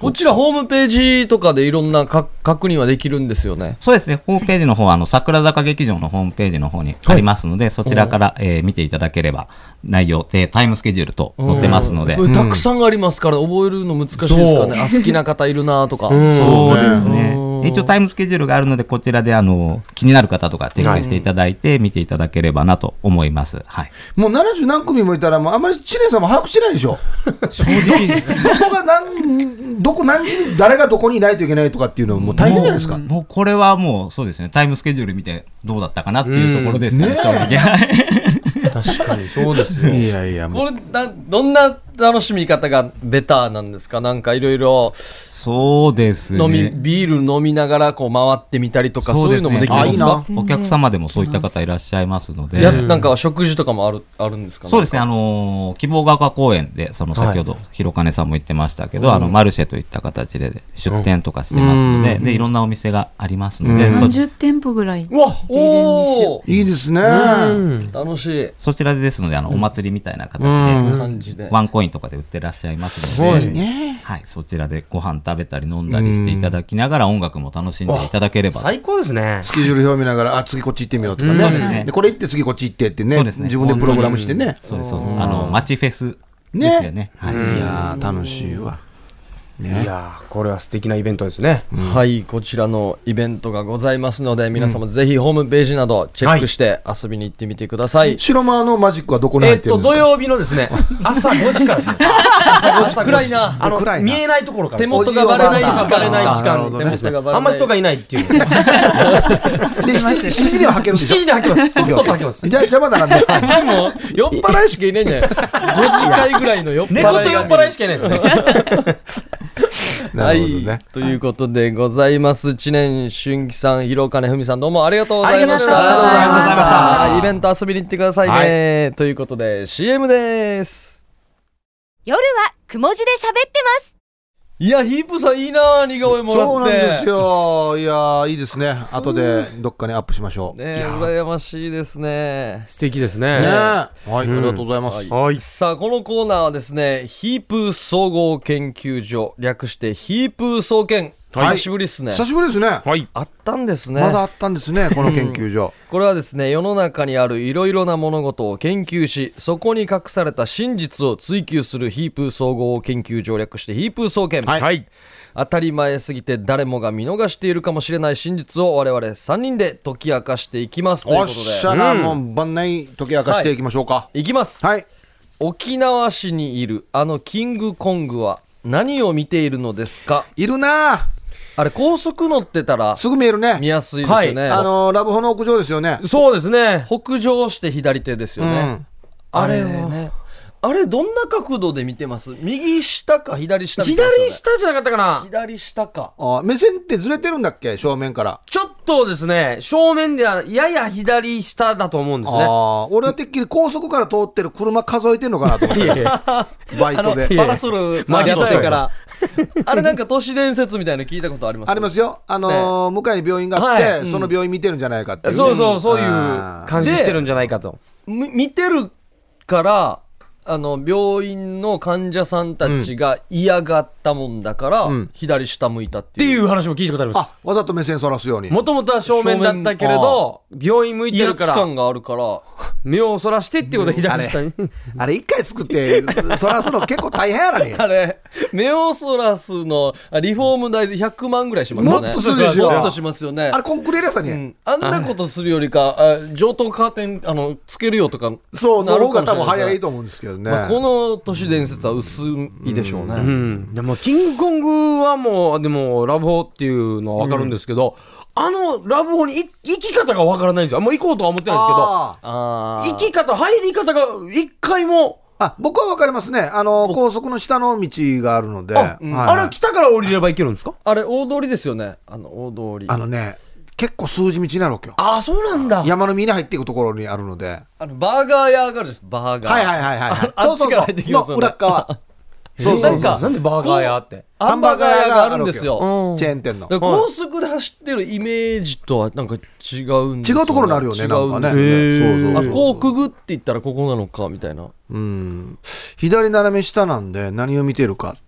A: こちらホームページとかでいろんなか確認はできるんですよね。
F: そうですね。ホームページの方は、あの、桜坂劇場のホームページの方にありますので、はい、そちらから、えー、見ていただければ、内容でタイムスケジュールと載ってますので。
A: うん、たくさんありますから、覚えるの難しいですかね。あ、好きな方いるなとか。
F: そうですね。一応タイムスケジュールがあるので、こちらであの気になる方とかチェックしていただいて見ていただければなと思います。はい。
C: もうななじゅう何組もいたら、もうあんまり知念さんも把握してないでしょ。正直どこが何どこ何時に誰がどこにいないといけないとかっていうのはもう大変じゃないですか。
F: もう、もうこれはもうそうですね。タイムスケジュール見てどうだったかなっていうところですね。
C: ね
F: 正直。
B: 確かにそうですよ。
C: いやいや、もう
A: これなどんな楽しみ方がベターなんですか。なんかいろいろ
F: そうですね。
A: 飲みビール飲みながらこう回ってみたりとか、そういうのもできるんですか。
F: お客様でもそういった方いらっしゃいますので、
A: やなんか食事とかもあるあるんですか。
F: そうですね。あのー、希望ヶ丘公園でその先ほど広金さんも言ってましたけど、はい、あのマルシェといった形で出店とかしてますので、でいろんなお店がありますので、
E: さんじゅってんぽぐらい。
A: うわ、お
C: いいですね。
A: 楽しい。
F: そちらでですので、あのお祭りみたいな形で感じでワンコインとかで売ってらっしゃいますので、ね、はい、そちらでご飯食べたり飲んだりしていただきながら音楽も楽しんでいただければ。
B: 最高ですね。
C: スケジュール表見ながら、あ、次こっち行ってみようとかね。で、これ行って次こっち行ってってね。自分でプログラムしてね。
F: そうです、そうです。あの街フェスですよね。はい。
C: いやー楽しいわ。
B: ね、いやこれは素敵なイベントですね、
A: うん、はい、こちらのイベントがございますので、皆様ぜひホームページなどチェックして遊びに行ってみてください。はい、
C: 白間のマジックはどこに入ってるんですか。
B: えー、っと土曜日のですね朝ごじからですね朝ごじ暗いな、あの見えないところから
A: 手元がバレない時間、
B: バレない時間ですね。あんまり人がいないっていうで
C: しちじには履けるんでしょ。
B: しちじに履けます。とっとと履けます。
C: じゃ邪魔だからね。
A: でも酔っ払いしかいないんじゃない。ごじかいぐらいの酔っ払い。
B: 猫と酔っ払いしかいないですね。
C: なるほどね、
A: はい、ということでございます。知念俊樹さん、広金文さん、どうもありがとうございました。ありがとうございました。イベント遊びに行ってくださいね、はい、ということで シーエム です。
D: 夜はくも字で喋ってます。
A: いや、ヒープさんいいな、似顔絵もらって。
C: そうなんですよ。いやいいですね。後でどっかにアップしましょう。
A: ね、羨ましいですね。
B: 素敵ですね。
C: ね、はい、ありがとうございます。
A: はい、さあこのコーナーはですね、ヒープ総合研究所、略してヒープ総研。久しぶりですね。
C: 久しぶりですね。
A: はい。あったんですね。
C: まだあったんですね、この研究所。
A: これはですね、世の中にあるいろいろな物事を研究し、そこに隠された真実を追求するヒープ総合研究所、略してヒープ総研。
B: はい。
A: 当たり前すぎて誰もが見逃しているかもしれない真実を我々さんにんで解き明かしていきますということで。
C: おっしゃら、もう晩内解き明かしていきましょうか。
A: はい、いきます。
C: はい。
A: 沖縄市にいるあのキングコングは何を見ているのですか。
C: いるな。
A: あれ高速乗ってたら
C: すぐ見えるね。
A: 見やすいですよね。はい、
C: あのー、ラブホの屋上ですよね。
B: そうですね。
A: 北上して左手ですよね。うん、あれね。あれどんな角度で見てます？右下か左下みたいな、ね、
B: 左下じゃなかったかな。
A: 左下か。
C: あ、目線ってずれてるんだっけ、正面から。
B: ちょっとですね、正面ではやや左下だと思うんですね。
C: あ、俺はてっきり高速から通ってる車数えてんのかなと思ってバイトで
A: パラソル曲げやすいからあれなんか都市伝説みたいなの聞いたことあります？
C: ありますよ。あのーね、向かいに病院があって、はい、その病院見てるんじゃないかっていう、ね、
B: そうそう、そういう感じしてるんじゃないかと。
A: 見てるからあの病院の患者さんたちが嫌がったもんだから、うん、左下向いたっていう、
B: っていう話も聞いたことあります。
C: あ、わざと目線そらすように。
B: もともとは正面だったけれど病院向いてるから
A: 威圧感があるから
B: 目をそらしてっていうことで左下に、
C: うん、あれ一回作ってそらすの結構大変やなね。
A: あれ目をそらすのリフォーム代でひゃくまんぐらいしますよね。
C: もっとするでしょ。
A: もっとしますよね。
C: あれコンクリート屋さんに、うん、
A: あんなことするよりかあ上等カーテンあのつけるよとか
C: そうなる方が多分早いと思うんですけどね、
A: まあ、この都市伝説は薄いでしょうね。
B: うんうん、でもキングコングはもうでもラブホっていうのは分かるんですけど、うん、あのラブホに行き方が分からないんですよ。もう行こうとは思ってないんですけど、あ行き方入り方が一回も。
C: あ、僕は分かりますね。あの高速の下の道があるので、あ、
B: うん、はいはい、あれ北から降りれば行けるんですか？
A: あれ大通りですよね。あの大通り、
C: あのね結構数字道になるわけよ。
B: ああ、そうなんだ。
C: 山の実に入っていくところにあるので、
A: あのバーガー屋があるんです。バーガー、
C: はいはいはいはい、はい、
A: あっちから入ってきますよね。
C: の裏側
B: そうそうそう、なんでバーガー屋って
A: ハンバーガー屋があるんですよ、
C: チェーン店の。
A: 高速で走ってるイメージとはなんか違うんですよ、ね、
C: 違うところにあるよね。
A: 違
C: なんかね、
A: そうそうそう、あ、こうくぐっていったらここなのかみたいな。
C: うん、左斜め下なんで何を見てるか、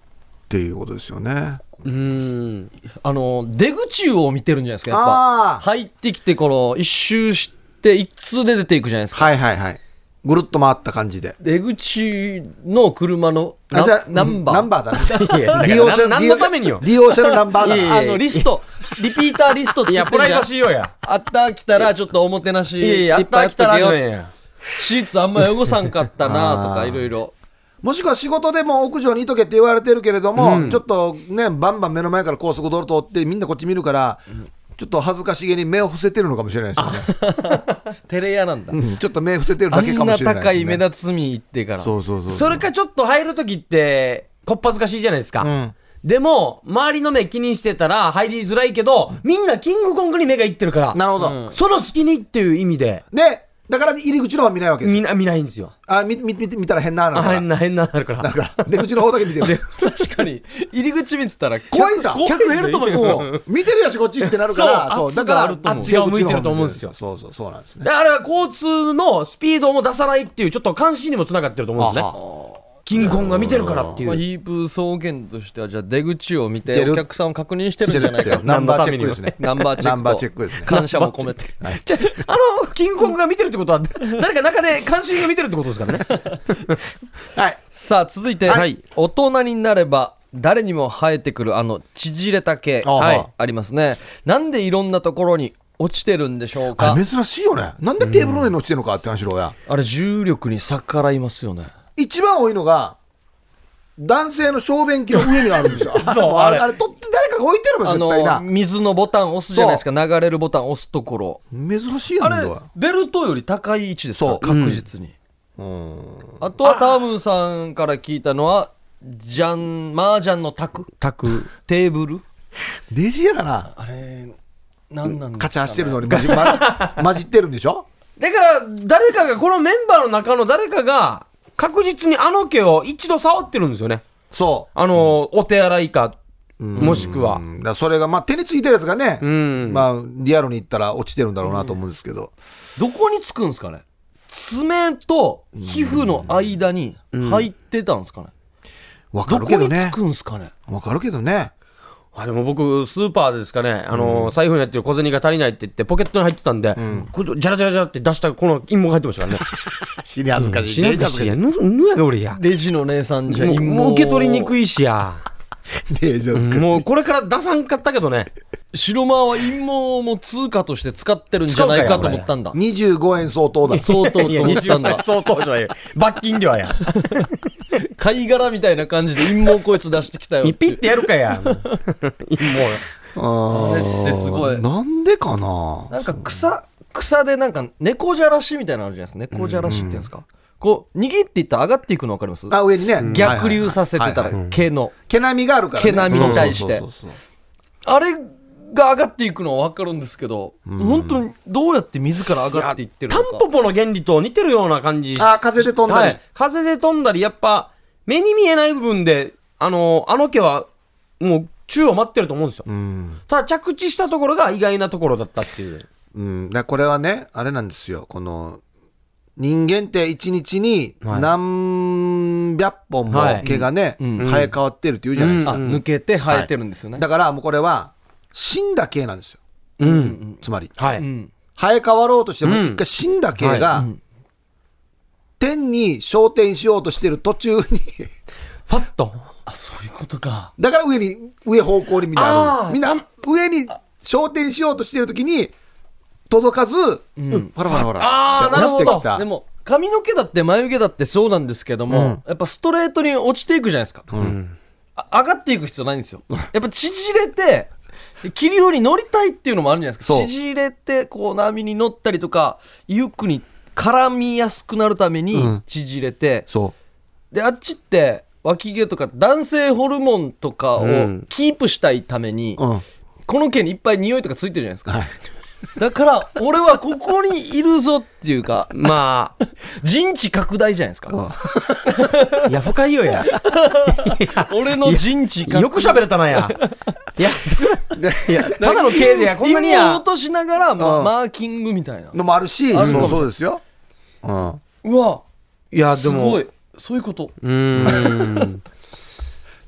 C: っていうことですよね。
B: うーん
A: あの出口を見てるんじゃないですか。やっぱ入ってきてこの一周して一通で出ていくじゃないですか。
C: はいはいはい。ぐるっと回った感じで。
A: 出口の車の
C: あじゃあ
A: ナンバー
C: ナンバーだね。
B: いや
C: 利用者
B: 何のためによ。
C: 利用者のナンバーだ
B: いやいや
A: あのリストリピーターリスト作ってるじゃん。
B: いやプライバシーよや。
A: あった来たらちょっとおもてなし
B: いやいやあっ
A: いっぱいや
B: た来たら
A: っとけよ。
B: ね
A: シーツあんま汚さんかったなと
C: あー
A: かいろいろ。
C: もしくは仕事でも屋上にいとけって言われてるけれども、
B: うん
C: ちょっとねバンバン目の前から高速道路通ってみんなこっち見るから、ちょっと恥ずかしげに目を伏せてるのかもしれないですよね。
A: テレ屋なんだ。
C: うん、ちょっと目伏せてる
A: あ
C: だけか
A: んな
C: もしれないです、ね、
A: 高い目立つみ行ってから。
C: そうそうそう
B: それかちょっと入るときってこっぱずかしいじゃないですか、
C: うん
B: でも周りの目気にしてたら入りづらいけどみんなキングコングに目がいってるから
C: なるほど、
B: その隙にっていう意味で
C: でだから入り口の方は見ないわけですよ。
B: みんな見ないんですよ。
C: あ見見見見たら変なのから
B: あ変な変ななるから
C: だから出口の方だけ見てる
A: 確かに入り口見てたら
C: 怖いさ
A: 客減ると思いますよ。
C: うん見てるやしこっちってなるから
A: そう
C: だから
A: 圧があると思う
B: あっち側向いてると思うんですよ。
C: そうそうそうなんですね。
B: であれは交通のスピードも出さないっていうちょっと監視にもつながってると思うんですね。キングコングが見てるからっていう、
A: まあ、ヒープ総研としてはじゃあ出口を見
C: 出る
A: てお客さんを確認してるんじゃないか。
C: ナンバーチェックですね。
A: ナンバーチェック
C: ナンバーチェックですね。
A: 感謝も込めて。
B: じゃああのキングコングが見てるってことは誰か中で監視が見てるってことですからね。
C: はい
A: さあ続いて、
B: はい
A: 大人になれば誰にも生えてくるあの縮れた毛、
C: あ
A: はいありますね。なんでいろんなところに落ちてるんでしょうか。
C: あれ珍しいよね。なんでテーブルの上に落ちてるのかって話しろや。
A: あれ重力に逆らいますよね。
C: 一番多いのが男性の小便器の上にあるんですよ。
B: そう
C: あれ
B: あれ
C: あれ取って誰かが置いてれば
A: あ
C: 絶対な。
A: の水のボタン押すじゃないですか。流れるボタン押すところ、
C: 珍しいよね。
A: あれベルトより高い位置ですか
C: そう
A: 確実に。
C: うん
A: あとはタームーさんから聞いたのはジャンマージャンの卓
B: 卓
A: テーブル
C: レジやだな。
A: あれなんなんですかね。
C: カチャーしてるのに混じ,、ま、混じってるんでしょ。
B: だから誰かがこのメンバーの中の誰かが確実にあの毛を一度触ってるんですよね。
C: そ
B: あの、お手洗いか
C: う。
B: もしくは
C: うんだからそれがまあ手についてるやつがね、
B: うん
C: まあリアルに言ったら落ちてるんだろうなと思うんですけど。
A: どこにつくんですかね。爪と皮膚の間に入ってたんですかね。
C: わか
A: どこに
C: るけどね
A: つ。くんですかね。
C: わかるけどね。
B: あでも僕スーパーでですかね、あのー財布に入ってる小銭が足りないって言ってポケットに入ってたんで、これジャラジャラジャラって出したこの陰謀が入ってましたからね。
C: 死に恥ずかしい。
B: 死なずかしいやぬぬやが俺や
A: レジの姉さんじゃ
B: もう
A: 陰謀
B: もう受け取りにくいしや
C: ねじゃあ恥ずかしい
B: もうこれから出さんかったけどね。
A: 白間は陰謀も通貨として使ってるんじゃないかと思ったんだ。
C: にじゅうごえん相当だ。
A: 相当と
B: いや
A: 思ったんだ。
B: 相当じゃない罰金ではや
A: 貝殻みたいな感じで陰謀こいつ出してきたよっていう。
B: ピッてやるかや陰謀
C: あ
A: あれってすごい
C: なんでかな。
A: なんか草草でなんか猫じゃらしみたいなのあるじゃないですか。猫じゃらしっていうんですか。こう握っていったら上がっていくの分かります？
C: あ上にね。
A: 逆流させてた
C: はいはいはい
A: ら毛の
C: 毛並みがあるからね。
A: 毛並みに対して
C: そうそうそうそう
A: あれが上がっていくのは分かるんですけど、本当にどうやって自ら上がっていってる
B: タ
A: のか。
B: ンポポの原理と似てるような感じ。
C: あ風で飛んだり
B: はい、風で飛んだりやっぱ目に見えない部分であのあの毛はもう宙を待ってると思うんですよ。
C: うん
B: ただ着地したところが意外なところだったっていう。
C: うん、だからこれはねあれなんですよ。この人間って一日に
B: はい
C: 何百本も毛がね、
A: うん
C: 生え変わってるって言うじゃないですか、
A: あ抜けて生えてるんですよね。
C: だからもうこれは死んだ毛なんですよ。
B: うん。
C: つまり
B: はい。
A: うん
C: 生え変わろうとしても
B: うん
C: 一回死んだ毛が、
A: うん
C: 天に昇天しようとしてる途中に
B: ファッと。
A: あそういうことか。
C: だから上に上方向にみんなあ
B: あー
C: るみんな上に昇天しようとしてる時に届かず、
A: ん
C: パラパラパラ
B: あー
C: って落ちてきた。
A: でも髪の毛だって眉毛だってそうなんですけども、
C: うん
A: やっぱストレートに落ちていくじゃないですか、
C: うん
A: あ上がっていく必要ないんですよ。やっぱ縮れて気流に乗りたいっていうのもあるんじゃないですか。
C: そう
A: 縮れてこう波に乗ったりとかゆっくり絡みやすくなるために
C: うん
A: 縮れて、
C: そ
A: であっちって脇毛とか男性ホルモンとかを
B: うん
A: キープしたいために、
C: う、うん、
A: この毛にいっぱい匂いとかついてるじゃないですか、
C: はい
A: だから俺はここにいるぞっていうか
B: まあ、
A: 陣地拡大じゃないですか。
B: いや、深いよや。
A: 俺の陣地拡大
B: よく喋れたなや。いや、いや、ただの毛でや、こんなにや
A: 陰謀を落。としながら、まあ
C: うん
A: マーキングみたいな。
C: のもあるし、
A: あるかも
C: そうそうですよ。うん
A: うわ
B: いや、ですも
A: ごい、そういうこと。
B: うーん。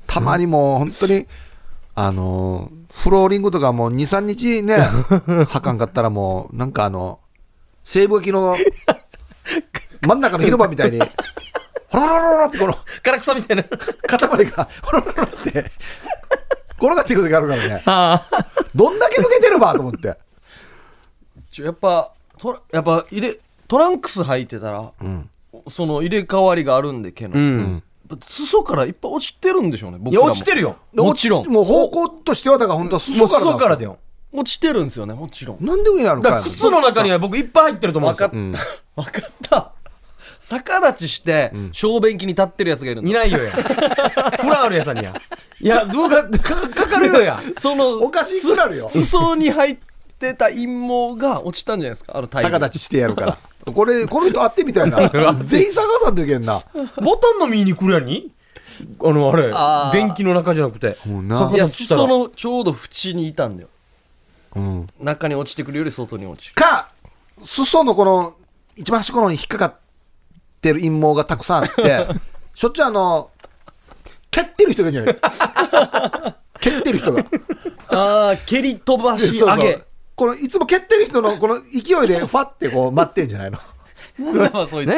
C: たまにもう本当にあのフローリングとかもうにさんにちねはかんかったらもうなんかあの西部劇の真ん中の広場みたいにほらほらほらってこの
B: 唐草みたいな
C: 塊がほらほらって転がっていく時あるからねどんだけ抜けてるばと思って
A: ちょやっぱトラやっぱ入れトランクス履いてたら、うん、その入れ替わりがあるんで毛の、うん、裾からいっぱい落ちてるんでしょうね。僕らも
B: いや落ちてるよ
A: もちろん。
C: もう方向としてはだから本当は裾からだ。
B: 裾からだよ。
A: 落ちてるんですよねもちろん。
C: なんで上にあるか。
B: だから靴の中には僕いっぱい入ってると思うんですよ。
A: 分かった、うん、分かった逆立ちして小便器に立ってるやつがいるんだ。
B: いないよやフラールやさんにやいやどうかかかかるよや
A: その
C: おかしいくなるよ。
A: 裾に入ってた陰毛が落ちたんじゃないですか。あのタイム
C: 逆立ちしてやるからこれこの人会ってみたいな全員探さんといけんな。
B: ボタンの右に来るやにあのあれ
A: あ
B: 便器の中じゃなくて
A: いや裾のちょうど縁にいたんだよ、
C: うん、
A: 中に落ちてくるより外に落ちる
C: か裾のこの一番端っこのに引っかかってる陰毛がたくさんあってしょっちゅうあの蹴ってる人がいるんじゃない蹴ってる人が
A: ああ蹴り飛ばし上げ。
C: そうそうこのいつも蹴ってる人のこの勢いでファってこう待ってんじゃないの
A: なんだそいつ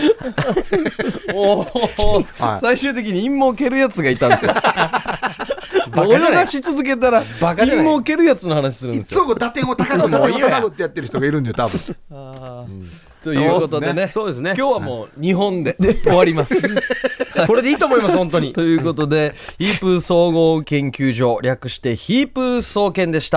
A: おー、はい、最終的に陰謀蹴るやつがいたんですよ泳がし続けたら陰謀蹴るやつの話するんですよ。
C: いつも打点を高く打点を高くってやってる人がいるんだよ多分
A: あ、うん、ということでね、
B: そうですね、
A: 今日はもう日本で終わります
B: これでいいと思います本当に
A: ということでヒープー総合研究所略してヒープー総研でした。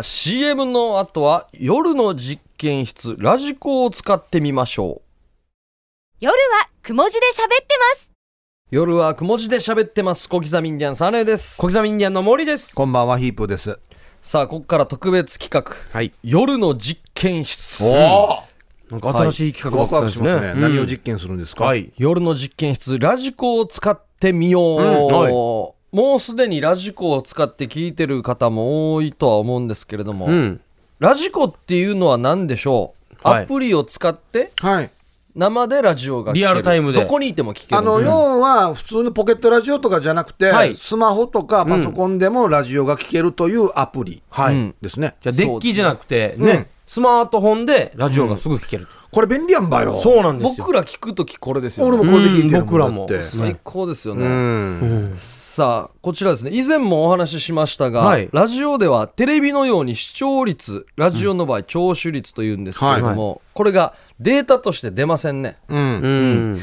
A: シーエム の後は夜の実験室ラジコを使ってみましょう。
D: 夜はくも字で喋ってます。
A: 夜はくも字で喋ってます。小刻みインディアンサネです。
B: 小刻みインディアンの森です。
C: こんばんはヒープーです。
A: さあここから特別企画、はい、夜の実験室。
B: おなんか新しい企画
C: があったんですね、はい、ワクワクしますね、うん、何を実験するんですか、はい、
A: 夜の実験室ラジコを使ってみよう、うんはい、もうすでにラジコを使って聞いてる方も多いとは思うんですけれども、うん、ラジコっていうのは何でしょう、はい、アプリを使って生でラジオが聞ける、
B: リアルタイムで
A: どこにいても聞けるんです。
C: あの要は普通のポケットラジオとかじゃなくて、はい、スマホとかパソコンでもラジオが聞けるというアプリですね、
B: うん、じゃあデッキじゃなくてね、うん、スマートフォンでラジオがすぐ聞ける、うん、
C: これ便利やんばよ。
B: そうなんですよ。
A: 僕ら聞くときこれですよね。
C: 俺もこれで聞いてるもん、
B: 僕らも
C: だって
A: 最高ですよね、
C: うん
A: うん、さあこちらですね、以前もお話ししましたが、はい、ラジオではテレビのように視聴率、ラジオの場合聴取率というんですけれども、うんはい、これがデータとして出ませんね、うんうん、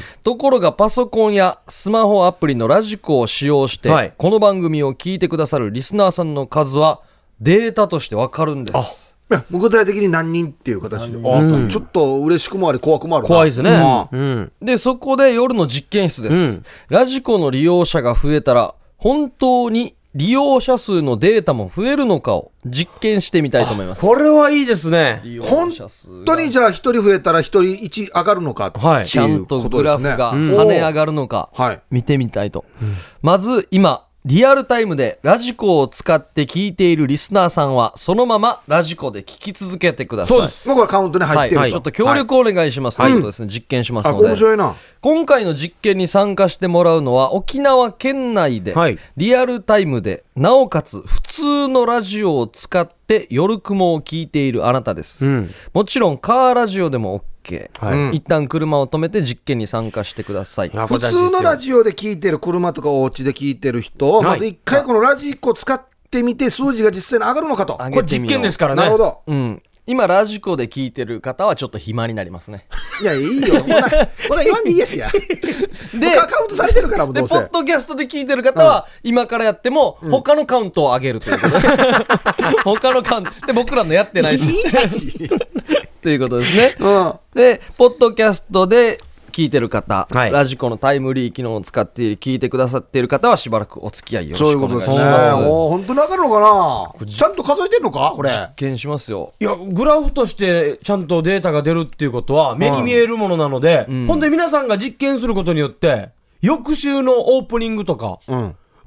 A: ところがパソコンやスマホアプリのラジコを使用して、はい、この番組を聞いてくださるリスナーさんの数はデータとしてわかるんです。
C: 具体的に何人っていう形で、うん、ちょっと嬉しくもあり怖くもあるな。
B: 怖いですね、うん、
A: でそこで夜の実験室です、うん、ラジコの利用者が増えたら本当に利用者数のデータも増えるのかを実験してみたいと思います。
B: これはいいですね。
C: 本当にじゃあひとり増えたらひとりいち上がるのか、
A: はい、ちゃんとグラフが跳ね上がるのか見てみたいと、うん、まず今リアルタイムでラジコを使って聞いているリスナーさんはそのままラジコで聞き続けてください。
C: そうです。もうこれカウントに入ってる、
A: はい、ちょっと協力お願いします、はい、ということですね、実験しますので。
C: 面白いな。
A: 今回の実験に参加してもらうのは沖縄県内でリアルタイムでなおかつ普通のラジオを使って夜雲を聞いているあなたです、うん、もちろんカーラジオでも OK、はい、一旦車を止めて実験に参加してください。
C: 普通のラジオで聞いてる、車とかお家で聞いてる人、はい、まず一回このラジコ使ってみて数字が実際に上がるのかと。
B: これ実験ですからね。
C: なるほど、
A: うん、今ラジコで聞いてる方はちょっと暇になりますね。
C: いやいいよ、ほなほな言わんでいいやしやでカウントされてるからもうどうせ。
A: でポッドキャストで聞いてる方は、うん、今からやっても他のカウントを上げるということで、うん、他のカウントで僕らのやってないし
C: いいやし
A: ということですね、うん、でポッドキャストで聞いてる方、はい、ラジコのタイムリー機能を使って聞いてくださっている方はしばらくお付き合いよろしくお願いします。そういうことですね。
C: もう本当に上がるのかな。ちゃんと数えてんのかこれ。
A: 実験しますよ。
B: いやグラフとしてちゃんとデータが出るっていうことは目に見えるものなので、うん、本当に皆さんが実験することによって翌週のオープニングとか、うん、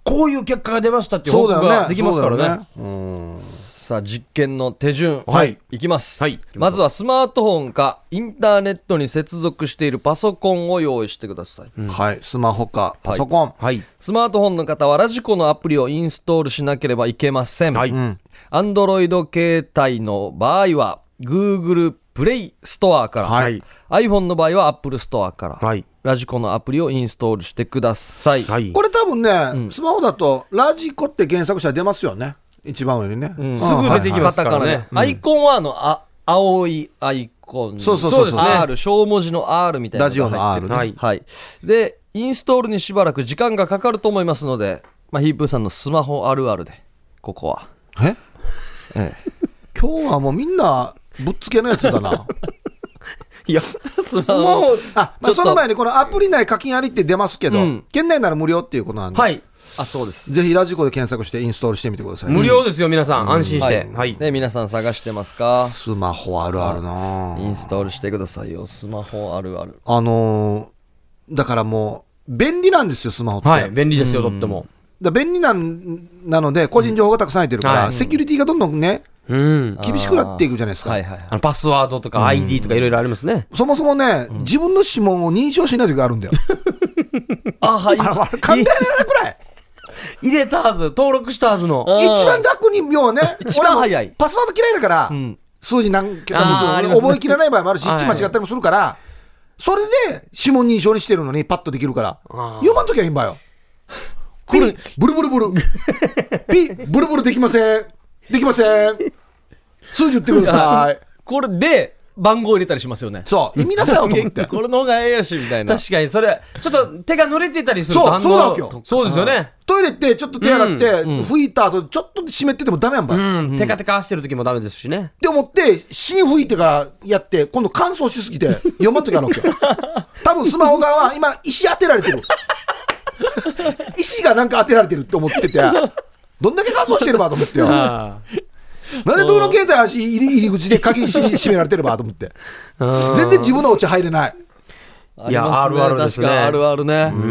B: こういう結果が出ましたっていう報告ができますからね。
C: うん
A: さあ実験の手順、
C: はい、
A: いきます、
B: はい、
A: まずはスマートフォンかインターネットに接続しているパソコンを用意してください、
C: うん、はい、スマホかパソコン、
B: はい、
A: スマートフォンの方はラジコのアプリをインストールしなければいけません。
B: はい、
A: うん、Android 携帯の場合は Google プレイストアから、はい、iPhone の場合は Apple ストアから、はい、ラジコのアプリをインストールしてください、
C: はい、これ多分ね、うん、スマホだとラジコって検索したら出ますよね、一番上にね、
B: うん、すぐ出てきますからね、
A: うん、アイコンはあのあ青いアイコン、
C: そうそうそうそう、
A: R 小文字の R みたいなのが入ってる、
C: ラジオの R ね、
A: はい、でインストールにしばらく時間がかかると思いますので、まあ、ヒープーさんのスマホあるあるでここは
C: え、
A: ええ、
C: 今日はもうみんなぶっつけのやつだない
B: やスマホ
C: あ、まあ、その前にこのアプリ内課金ありって出ますけど、うん、県内なら無料っていうことなんで、
B: はい、
A: あ、そうです。
C: ぜひラジコで検索してインストールしてみてください、
B: 無料ですよ皆さん、うん、安心して、
A: はいはい、ね、皆さん探してますか？
C: スマホあるあるな、
A: インストールしてくださいよ、スマホあるある。
C: あのー、だからもう便利なんですよスマホって、
B: はい、便利ですよ、とっても
C: だ便利な、なので個人情報がたくさん入ってるから、うん、はい、セキュリティがどんどんね、うん、厳しくなっていくじゃないですか、はいはいはい、
B: あのパスワードとか アイディー とかいろいろありますね、
C: うん、そもそもね、うん、自分の指紋を認証しない時があるんだよ
A: あ、はい、
C: あ考えられないくらい
B: 入れたはず、登録したはずの
C: 一番楽に要はね
A: 一番早い
C: パスワード嫌いだから、うん、数字何桁も覚えきれない場合もあるし、一致間違ったりもするから、はい、それで指紋認証にしてるのにパッとできるから読まんときはいいんばよピブルブルブルピブルブルできませんできません数字言ってください
A: これで番号入れたりしますよね。
C: そう意味なさよと思って
A: これの方がええやしみたいな。
B: 確かにそれちょっと手が濡れてたりすると、
C: そうそうなんよ、
B: そうですよね。
C: トイレってちょっと手洗って、うん、拭いた後ちょっと湿っててもダメやんば、
B: うん、テカテカしてる時もダメですしね
C: って思って芯拭いてからやって今度乾燥しすぎて読まんときあるわけよ多分スマホ側は今石当てられてる石がなんか当てられてるって思っててどんだけ乾燥してればと思ってよなんで道路携帯足入り入り口で鍵閉められてればと思って全然自分のお家入れない。
B: いや、あるあるですね。
A: 確かあるあるね。うん、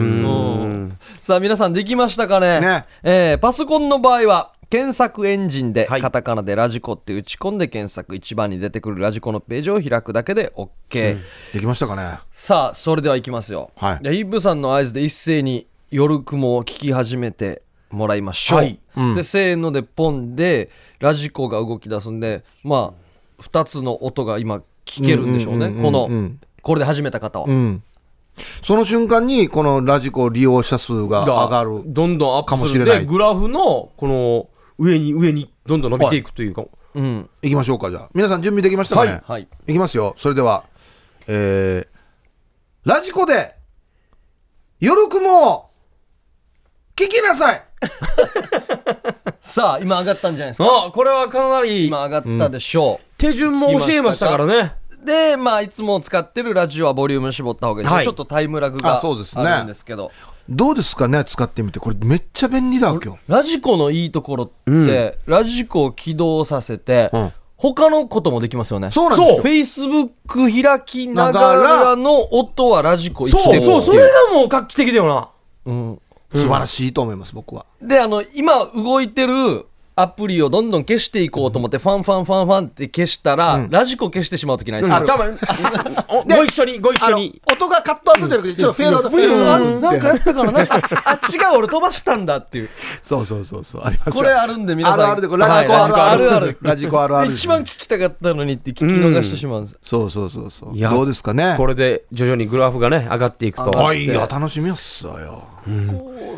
A: さあ皆さんできましたかね。ね、えー、パソコンの場合は検索エンジンでカタカナでラジコって打ち込んで検索、一番に出てくるラジコのページを開くだけで OK、うん、
C: できましたかね。
A: さあそれではいきますよ、はい、イブさんの合図で一斉に夜雲を聞き始めてもらいましょう、はい、うん、でせーのでポンでラジコが動き出すんで、まあふたつの音が今聞けるんでしょうね、うんうんうんうん、このこれで始めた方は、うん、
C: その瞬間にこのラジコ利用者数が上がる
B: どんどんアップするでグラフのこの上に上にどんどん伸びていくというか、はい、
C: うん、いきましょうか。じゃあ皆さん準備できましたかね。はい、はい、いきますよ。それでは、えー、ラジコで夜雲を聞きなさい
A: さあ今上がったんじゃないですか。
B: あ、これはかなり
A: 今上がったでしょう、うん、
B: 手順も教えましたからね。
A: で、まあいつも使ってるラジオはボリューム絞った方がいいです、はい、ちょっとタイムラグがあるんですけど、ね、
C: どうですかね、使ってみて。これめっちゃ便利だ今日。
A: ラジコのいいところって、うん、ラジコを起動させて、うん、他のこともできますよね。
C: そうなんですよ。
A: フェイスブック開きながらの音はラジコ生きてる。
B: そうそう、それがもう画期的だよな、
C: うん、素晴らしいと思います僕は。
A: で、あの今動いてるアプリをどんどん消していこうと思ってファンファンファンファンって消したら、うん、ラジコ消してしまうときないですか、うん、
B: 多分ご一緒にご一緒に
C: 音がカットアウトじゃなくてちょっとフェードアウト、フェードアウト
A: なんかやったからなあ違う俺飛ばしたんだっていう
C: そうそうそうそう、ありますよ。
A: これあるんで皆さん
C: あるあるで、これラジコあるあるあるラジコあるある
A: 一番聞きたかったのにって聞き逃してしまうんです、うん、
C: そうそうそうそう。どうですかね。
B: これで徐々にグラフがね上がっていくと。
C: はい、いや楽しみやっすよ、
A: うん、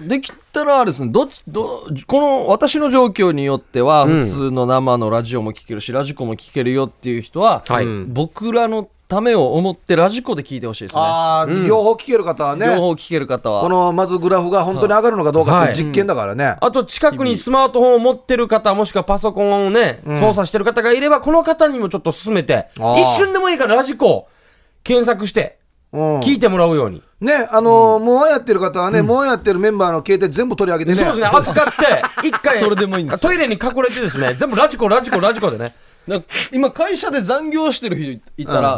A: できたらですね、どっちどこの私の状況によっては、うん、普通の生のラジオも聞けるしラジコも聞けるよっていう人は、はい、僕らのためを思ってラジコで聞いてほしいですね。
C: あ、うん、両方聞ける方はね、
A: 両方聞ける方は
C: このまずグラフが本当に上がるのかどうかっていう実験だからね、はい、
B: あと近くにスマートフォンを持ってる方もしくはパソコンをね、うん、操作してる方がいればこの方にもちょっと勧めて一瞬でもいいからラジコ検索して聞いてもらうように、
C: うん、ね、あのーうん、モアやってる方はね、うん、モアやってるメンバーの携帯全部取り上げてね、
B: そうですね、預かって一回
A: それでもいいんです
B: トイレに隠れてですね全部ラジコラジコラジコでね。
A: 今会社で残業してる人いたら、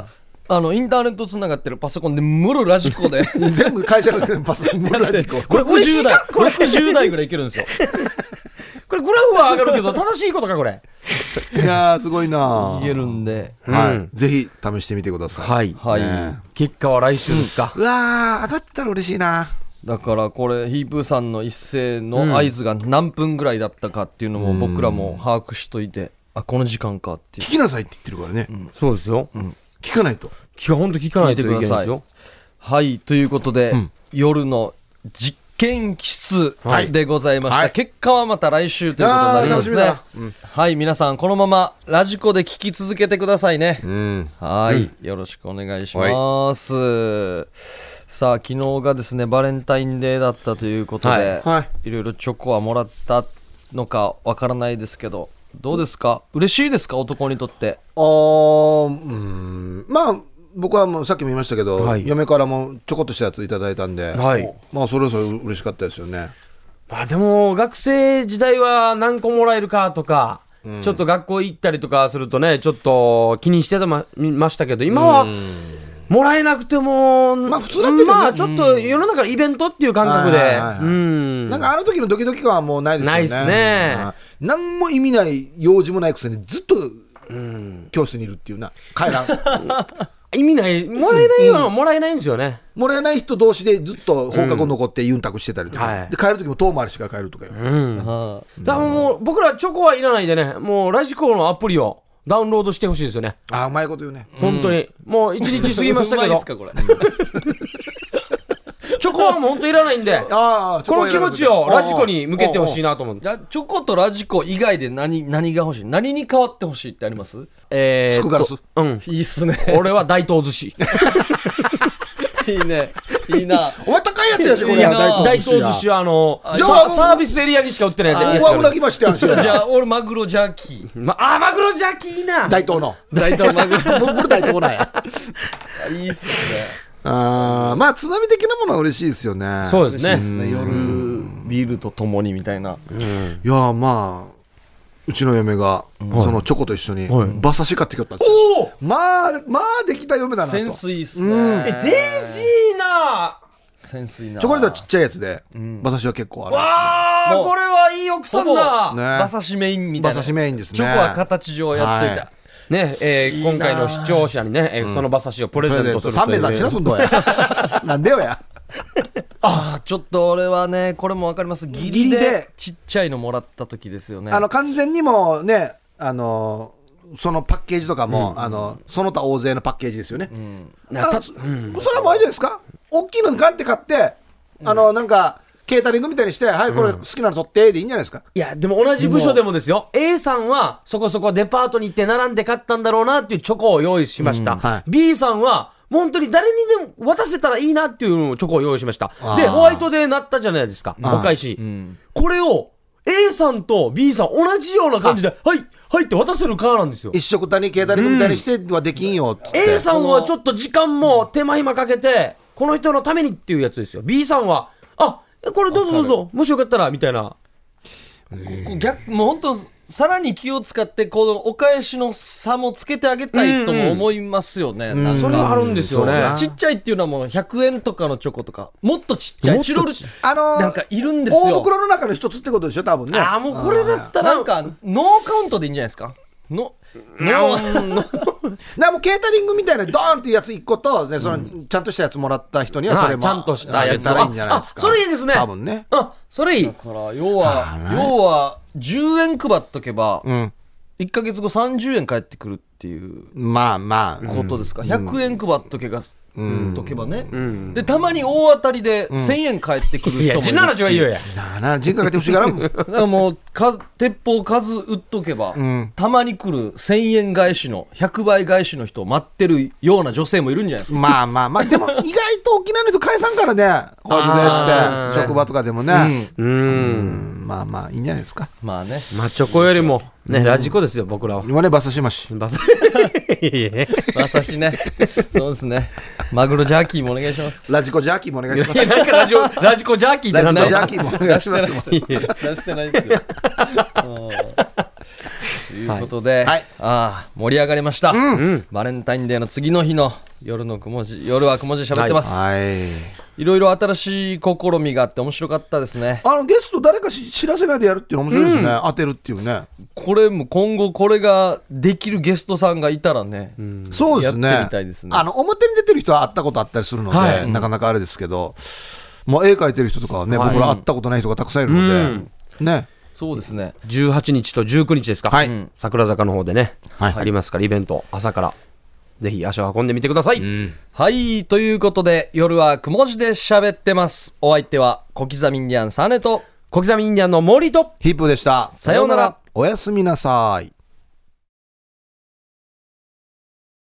A: あのインターネットつながってるパソコンでムルラジコで
C: 全部会社のパソコンムルラジコ
A: これろくじゅう代ろくじゅう代ぐらいいけるんですよ
B: これグラフは上がるけど正しいことかこれ。
C: いやーすごいな。
A: いけるんで、
C: はい、
B: うん
C: ぜひ試してみてください。
B: はい、
A: はい、
C: ね
B: 結果は来週ですか。
C: うわー当たったら嬉しいな。
A: だからこれヒープーさんの一斉の合図が何分ぐらいだったかっていうのも僕らも把握しといて、あこの時間かっていう
C: 聞きなさいって言ってるからね、
B: そうですよ。
C: 聞かないと。
B: 聞か本当聞かないといけないですよ。
A: はいということで、
C: うん
A: 夜の実験室でございました、
C: はい
A: 結果はまた来週ということになりますね、
C: あー楽しみだ
A: はい皆さんこのままラジコで聞き続けてくださいね、
C: うん
A: はい、よろしくお願いします、さあ昨日がですねバレンタインデーだったということで、
C: はい
A: いろいろチョコはもらったのかわからないですけどどうですか、嬉しいですか男にとって。
C: あーうんまあ僕はもうさっきも言いましたけど、
B: はい
C: 嫁からもちょこっとしたやついただいたんで、
B: はい。
C: まあそれぞれ嬉しかったですよね。
B: まあでも学生時代は何個もらえるかとか、ちょっと学校行ったりとかするとねちょっと気にしてたまましたけど今はもらえなくても
C: まあ普通だってるよね
B: まあちょっと世の中のイベントっていう感覚で、
C: はいはいはい
B: うん
C: なんかあの時のドキドキ感はもうないですよね。
B: ないっすね
C: うん何も意味ない用事もないくせにずっと教室にいるっていうな帰らん
B: 意味ないもらえないのはもらえないんですよね。
C: もらえない人同士でずっと放課後残ってユンタクしてたりとか、
B: はい
C: で帰る時も遠回りしか帰るとかよ、
B: うん。
A: は
B: だからもう僕らチョコはいらないでねもうラジコのアプリをダウンロードしてほしいですよね。
C: ああうまいこと言うね。
B: 本当にもう一日過ぎましたけ
A: うまい
B: ど
A: っすかこれ
B: チョコはもう本当いらないんで
C: ああ
B: この気持ちをラジコに向けてほしいなと思って。
A: ラチョコとラジコ以外で何何が欲しい、何に変わってほしいってあります？
B: えーっと
C: スクガラス
B: うん
A: いいっすね
B: 俺は大東寿司
A: いいねいいな
C: お前高いやつやしこれ
A: いいな
B: 大東寿司はあの
A: あ
B: さサービスエリアにしか売ってないやつ
C: うわうなぎましてやんし
A: じゃあ俺マグロジャーキー
B: まあマグロジャーキーいいな。
C: 大東の
A: 大体マグロ
C: 僕大東なんや
A: いいっすね
C: あーまあ津波的なものは嬉しいですよね。
B: そうですね
A: いいっすね夜ビールとともにみたいな。
C: いやまあうちの嫁が、そのチョコと一緒に
B: はい
C: 馬刺し買ってきよったんですよ。
B: おお
C: まあまあできた嫁だなと。
A: センスいいっす
C: うん
A: ね
B: えデイジーな
A: センスいいな。
C: チョコレートはちっちゃいやつで、馬刺しは結構ある。
B: わあ
A: もう
B: これはいい奥さんだ
C: ね
A: 馬刺しメインみたいな。
C: 馬刺しメインですね。
A: チョコは形上やっといた。
C: はい
B: ねえー
A: いいな
B: 今回の視聴者にね、えーその馬刺しをプレゼントすると
C: 三名
B: いう
C: さんしらすんどや。なんでよや。
A: ああちょっと俺はねこれもわかります。ギリ
C: ギリで
A: でちっちゃいのもらった時ですよね。
C: あの完全にもうねあのそのパッケージとかも、あのその他大勢のパッケージですよね。
B: なた
C: あそそれはもうあれじゃないですか。大きいのガンって買って、あのなんかケータリングみたいにしてはいこれ好きなの取ってでいいんじゃないですか。
B: いやでも同じ部署でもですよ A さんはそこそこデパートに行って並んで買ったんだろうなっていうチョコを用意しました、
C: はい
B: B さんは本当に誰にでも渡せたらいいなっていうチョコを用意しました
C: あー
B: でホワイトデーなったじゃないですかお返し、
A: ん
B: これを A さんと B さん同じような感じではいはいって渡せるカーなんですよ。
C: 一食単にケータリングみたいにしてはできんよっつって、
B: A さんはちょっと時間も手間暇かけてこの人のためにっていうやつですよ。 B さんはあこれどうぞどうぞもしよかったらみたいな。
A: こう逆もう本当さらに気を使ってこのお返しの差もつけてあげたいとも思いますよね、なんか
B: それはあるんですよね。
C: そうだ
A: ちっちゃいっていうのはもうひゃくえんとかのチョコとかもっとちっちゃい
B: もっとち
A: チロル
C: あのー
A: なんかいるんですよ。
C: 大袋の中の一つってことでしょ多分ね。
B: ああもうこれだったら
A: なんかノーカウントでいいんじゃないですか。のノー
C: なもうケータリングみたいなドーンっていうやついっことね、そのちゃんとしたやつもらった人にはそれも
B: はいちゃんとしたやつを
C: あげたらいいんじゃないですか。
B: あそれいいですね
C: 多分ね。
B: あそれいい
A: だから要は要はじゅうえん配っとけば
C: うん。
A: いっかげつごさんじゅうえん返ってくるっていう
C: まあまあ。
A: ことですか。ひゃくえん配っとけがとけばね、
B: ん
A: でたまに大当たりでせんえん返ってくる
B: いや
A: 人もいる
B: じゅうななちはいいよや。
C: なあなあ人格がてほしいからもう。
A: だからもうか鉄砲数打っとけば、
C: ん
A: たまに来るせんえん返しのひゃくばい返しの人を待ってるような女性もいるんじゃないですか。
C: まあまあまあでも意外と沖縄の人返さんからね。ホワイトデー
B: あー
C: って職場とかでもね。
B: う
C: うんんまあまあいいんじゃないですか。
A: まあね
B: まあチョコよりもねラジコですよ僕らは。
C: 今ねバスしまし。
B: バスいやいや
A: 馬刺しねそうですねマグロジャーキーもお願いします。
C: ラジコジャーキーもお願いします。
B: なんかラジオラジコジャーキーってなんだ
C: ラジコジャーキーもお願いします。
A: 出してないですよ。うんということで、
C: はい
A: ああ盛り上がりました、
B: ん
A: バレンタインデーの次の日の夜のくも字、夜はくも字喋ってます。
C: はい。
A: いろいろ新しい試みがあって面白かったですね。
C: あのゲスト誰かし知らせないでやるっていうの面白いですね、うん、当てるっていうね。
A: これも今後これができるゲストさんがいたらね、
C: うん、そうですね。
A: やってみたいですね。
C: あの表に出てる人は会ったことあったりするので、はい、なかなかあれですけど、もう絵描いてる人とかはね、はい、僕ら会ったことない人がたくさんいるので、うん、ね。
A: そうですね。
B: じゅうはちにちとじゅうくにちですか、はい、桜坂の方でね、はい、ありますからイベント朝からぜひ足を運んでみてください、うん、
A: はいということで夜はくも字で喋ってます。お相手は小刻みインディアンサネと
B: 小刻みインディアンの森と
C: ヒップでした。
A: さようなら。
C: おやすみなさい。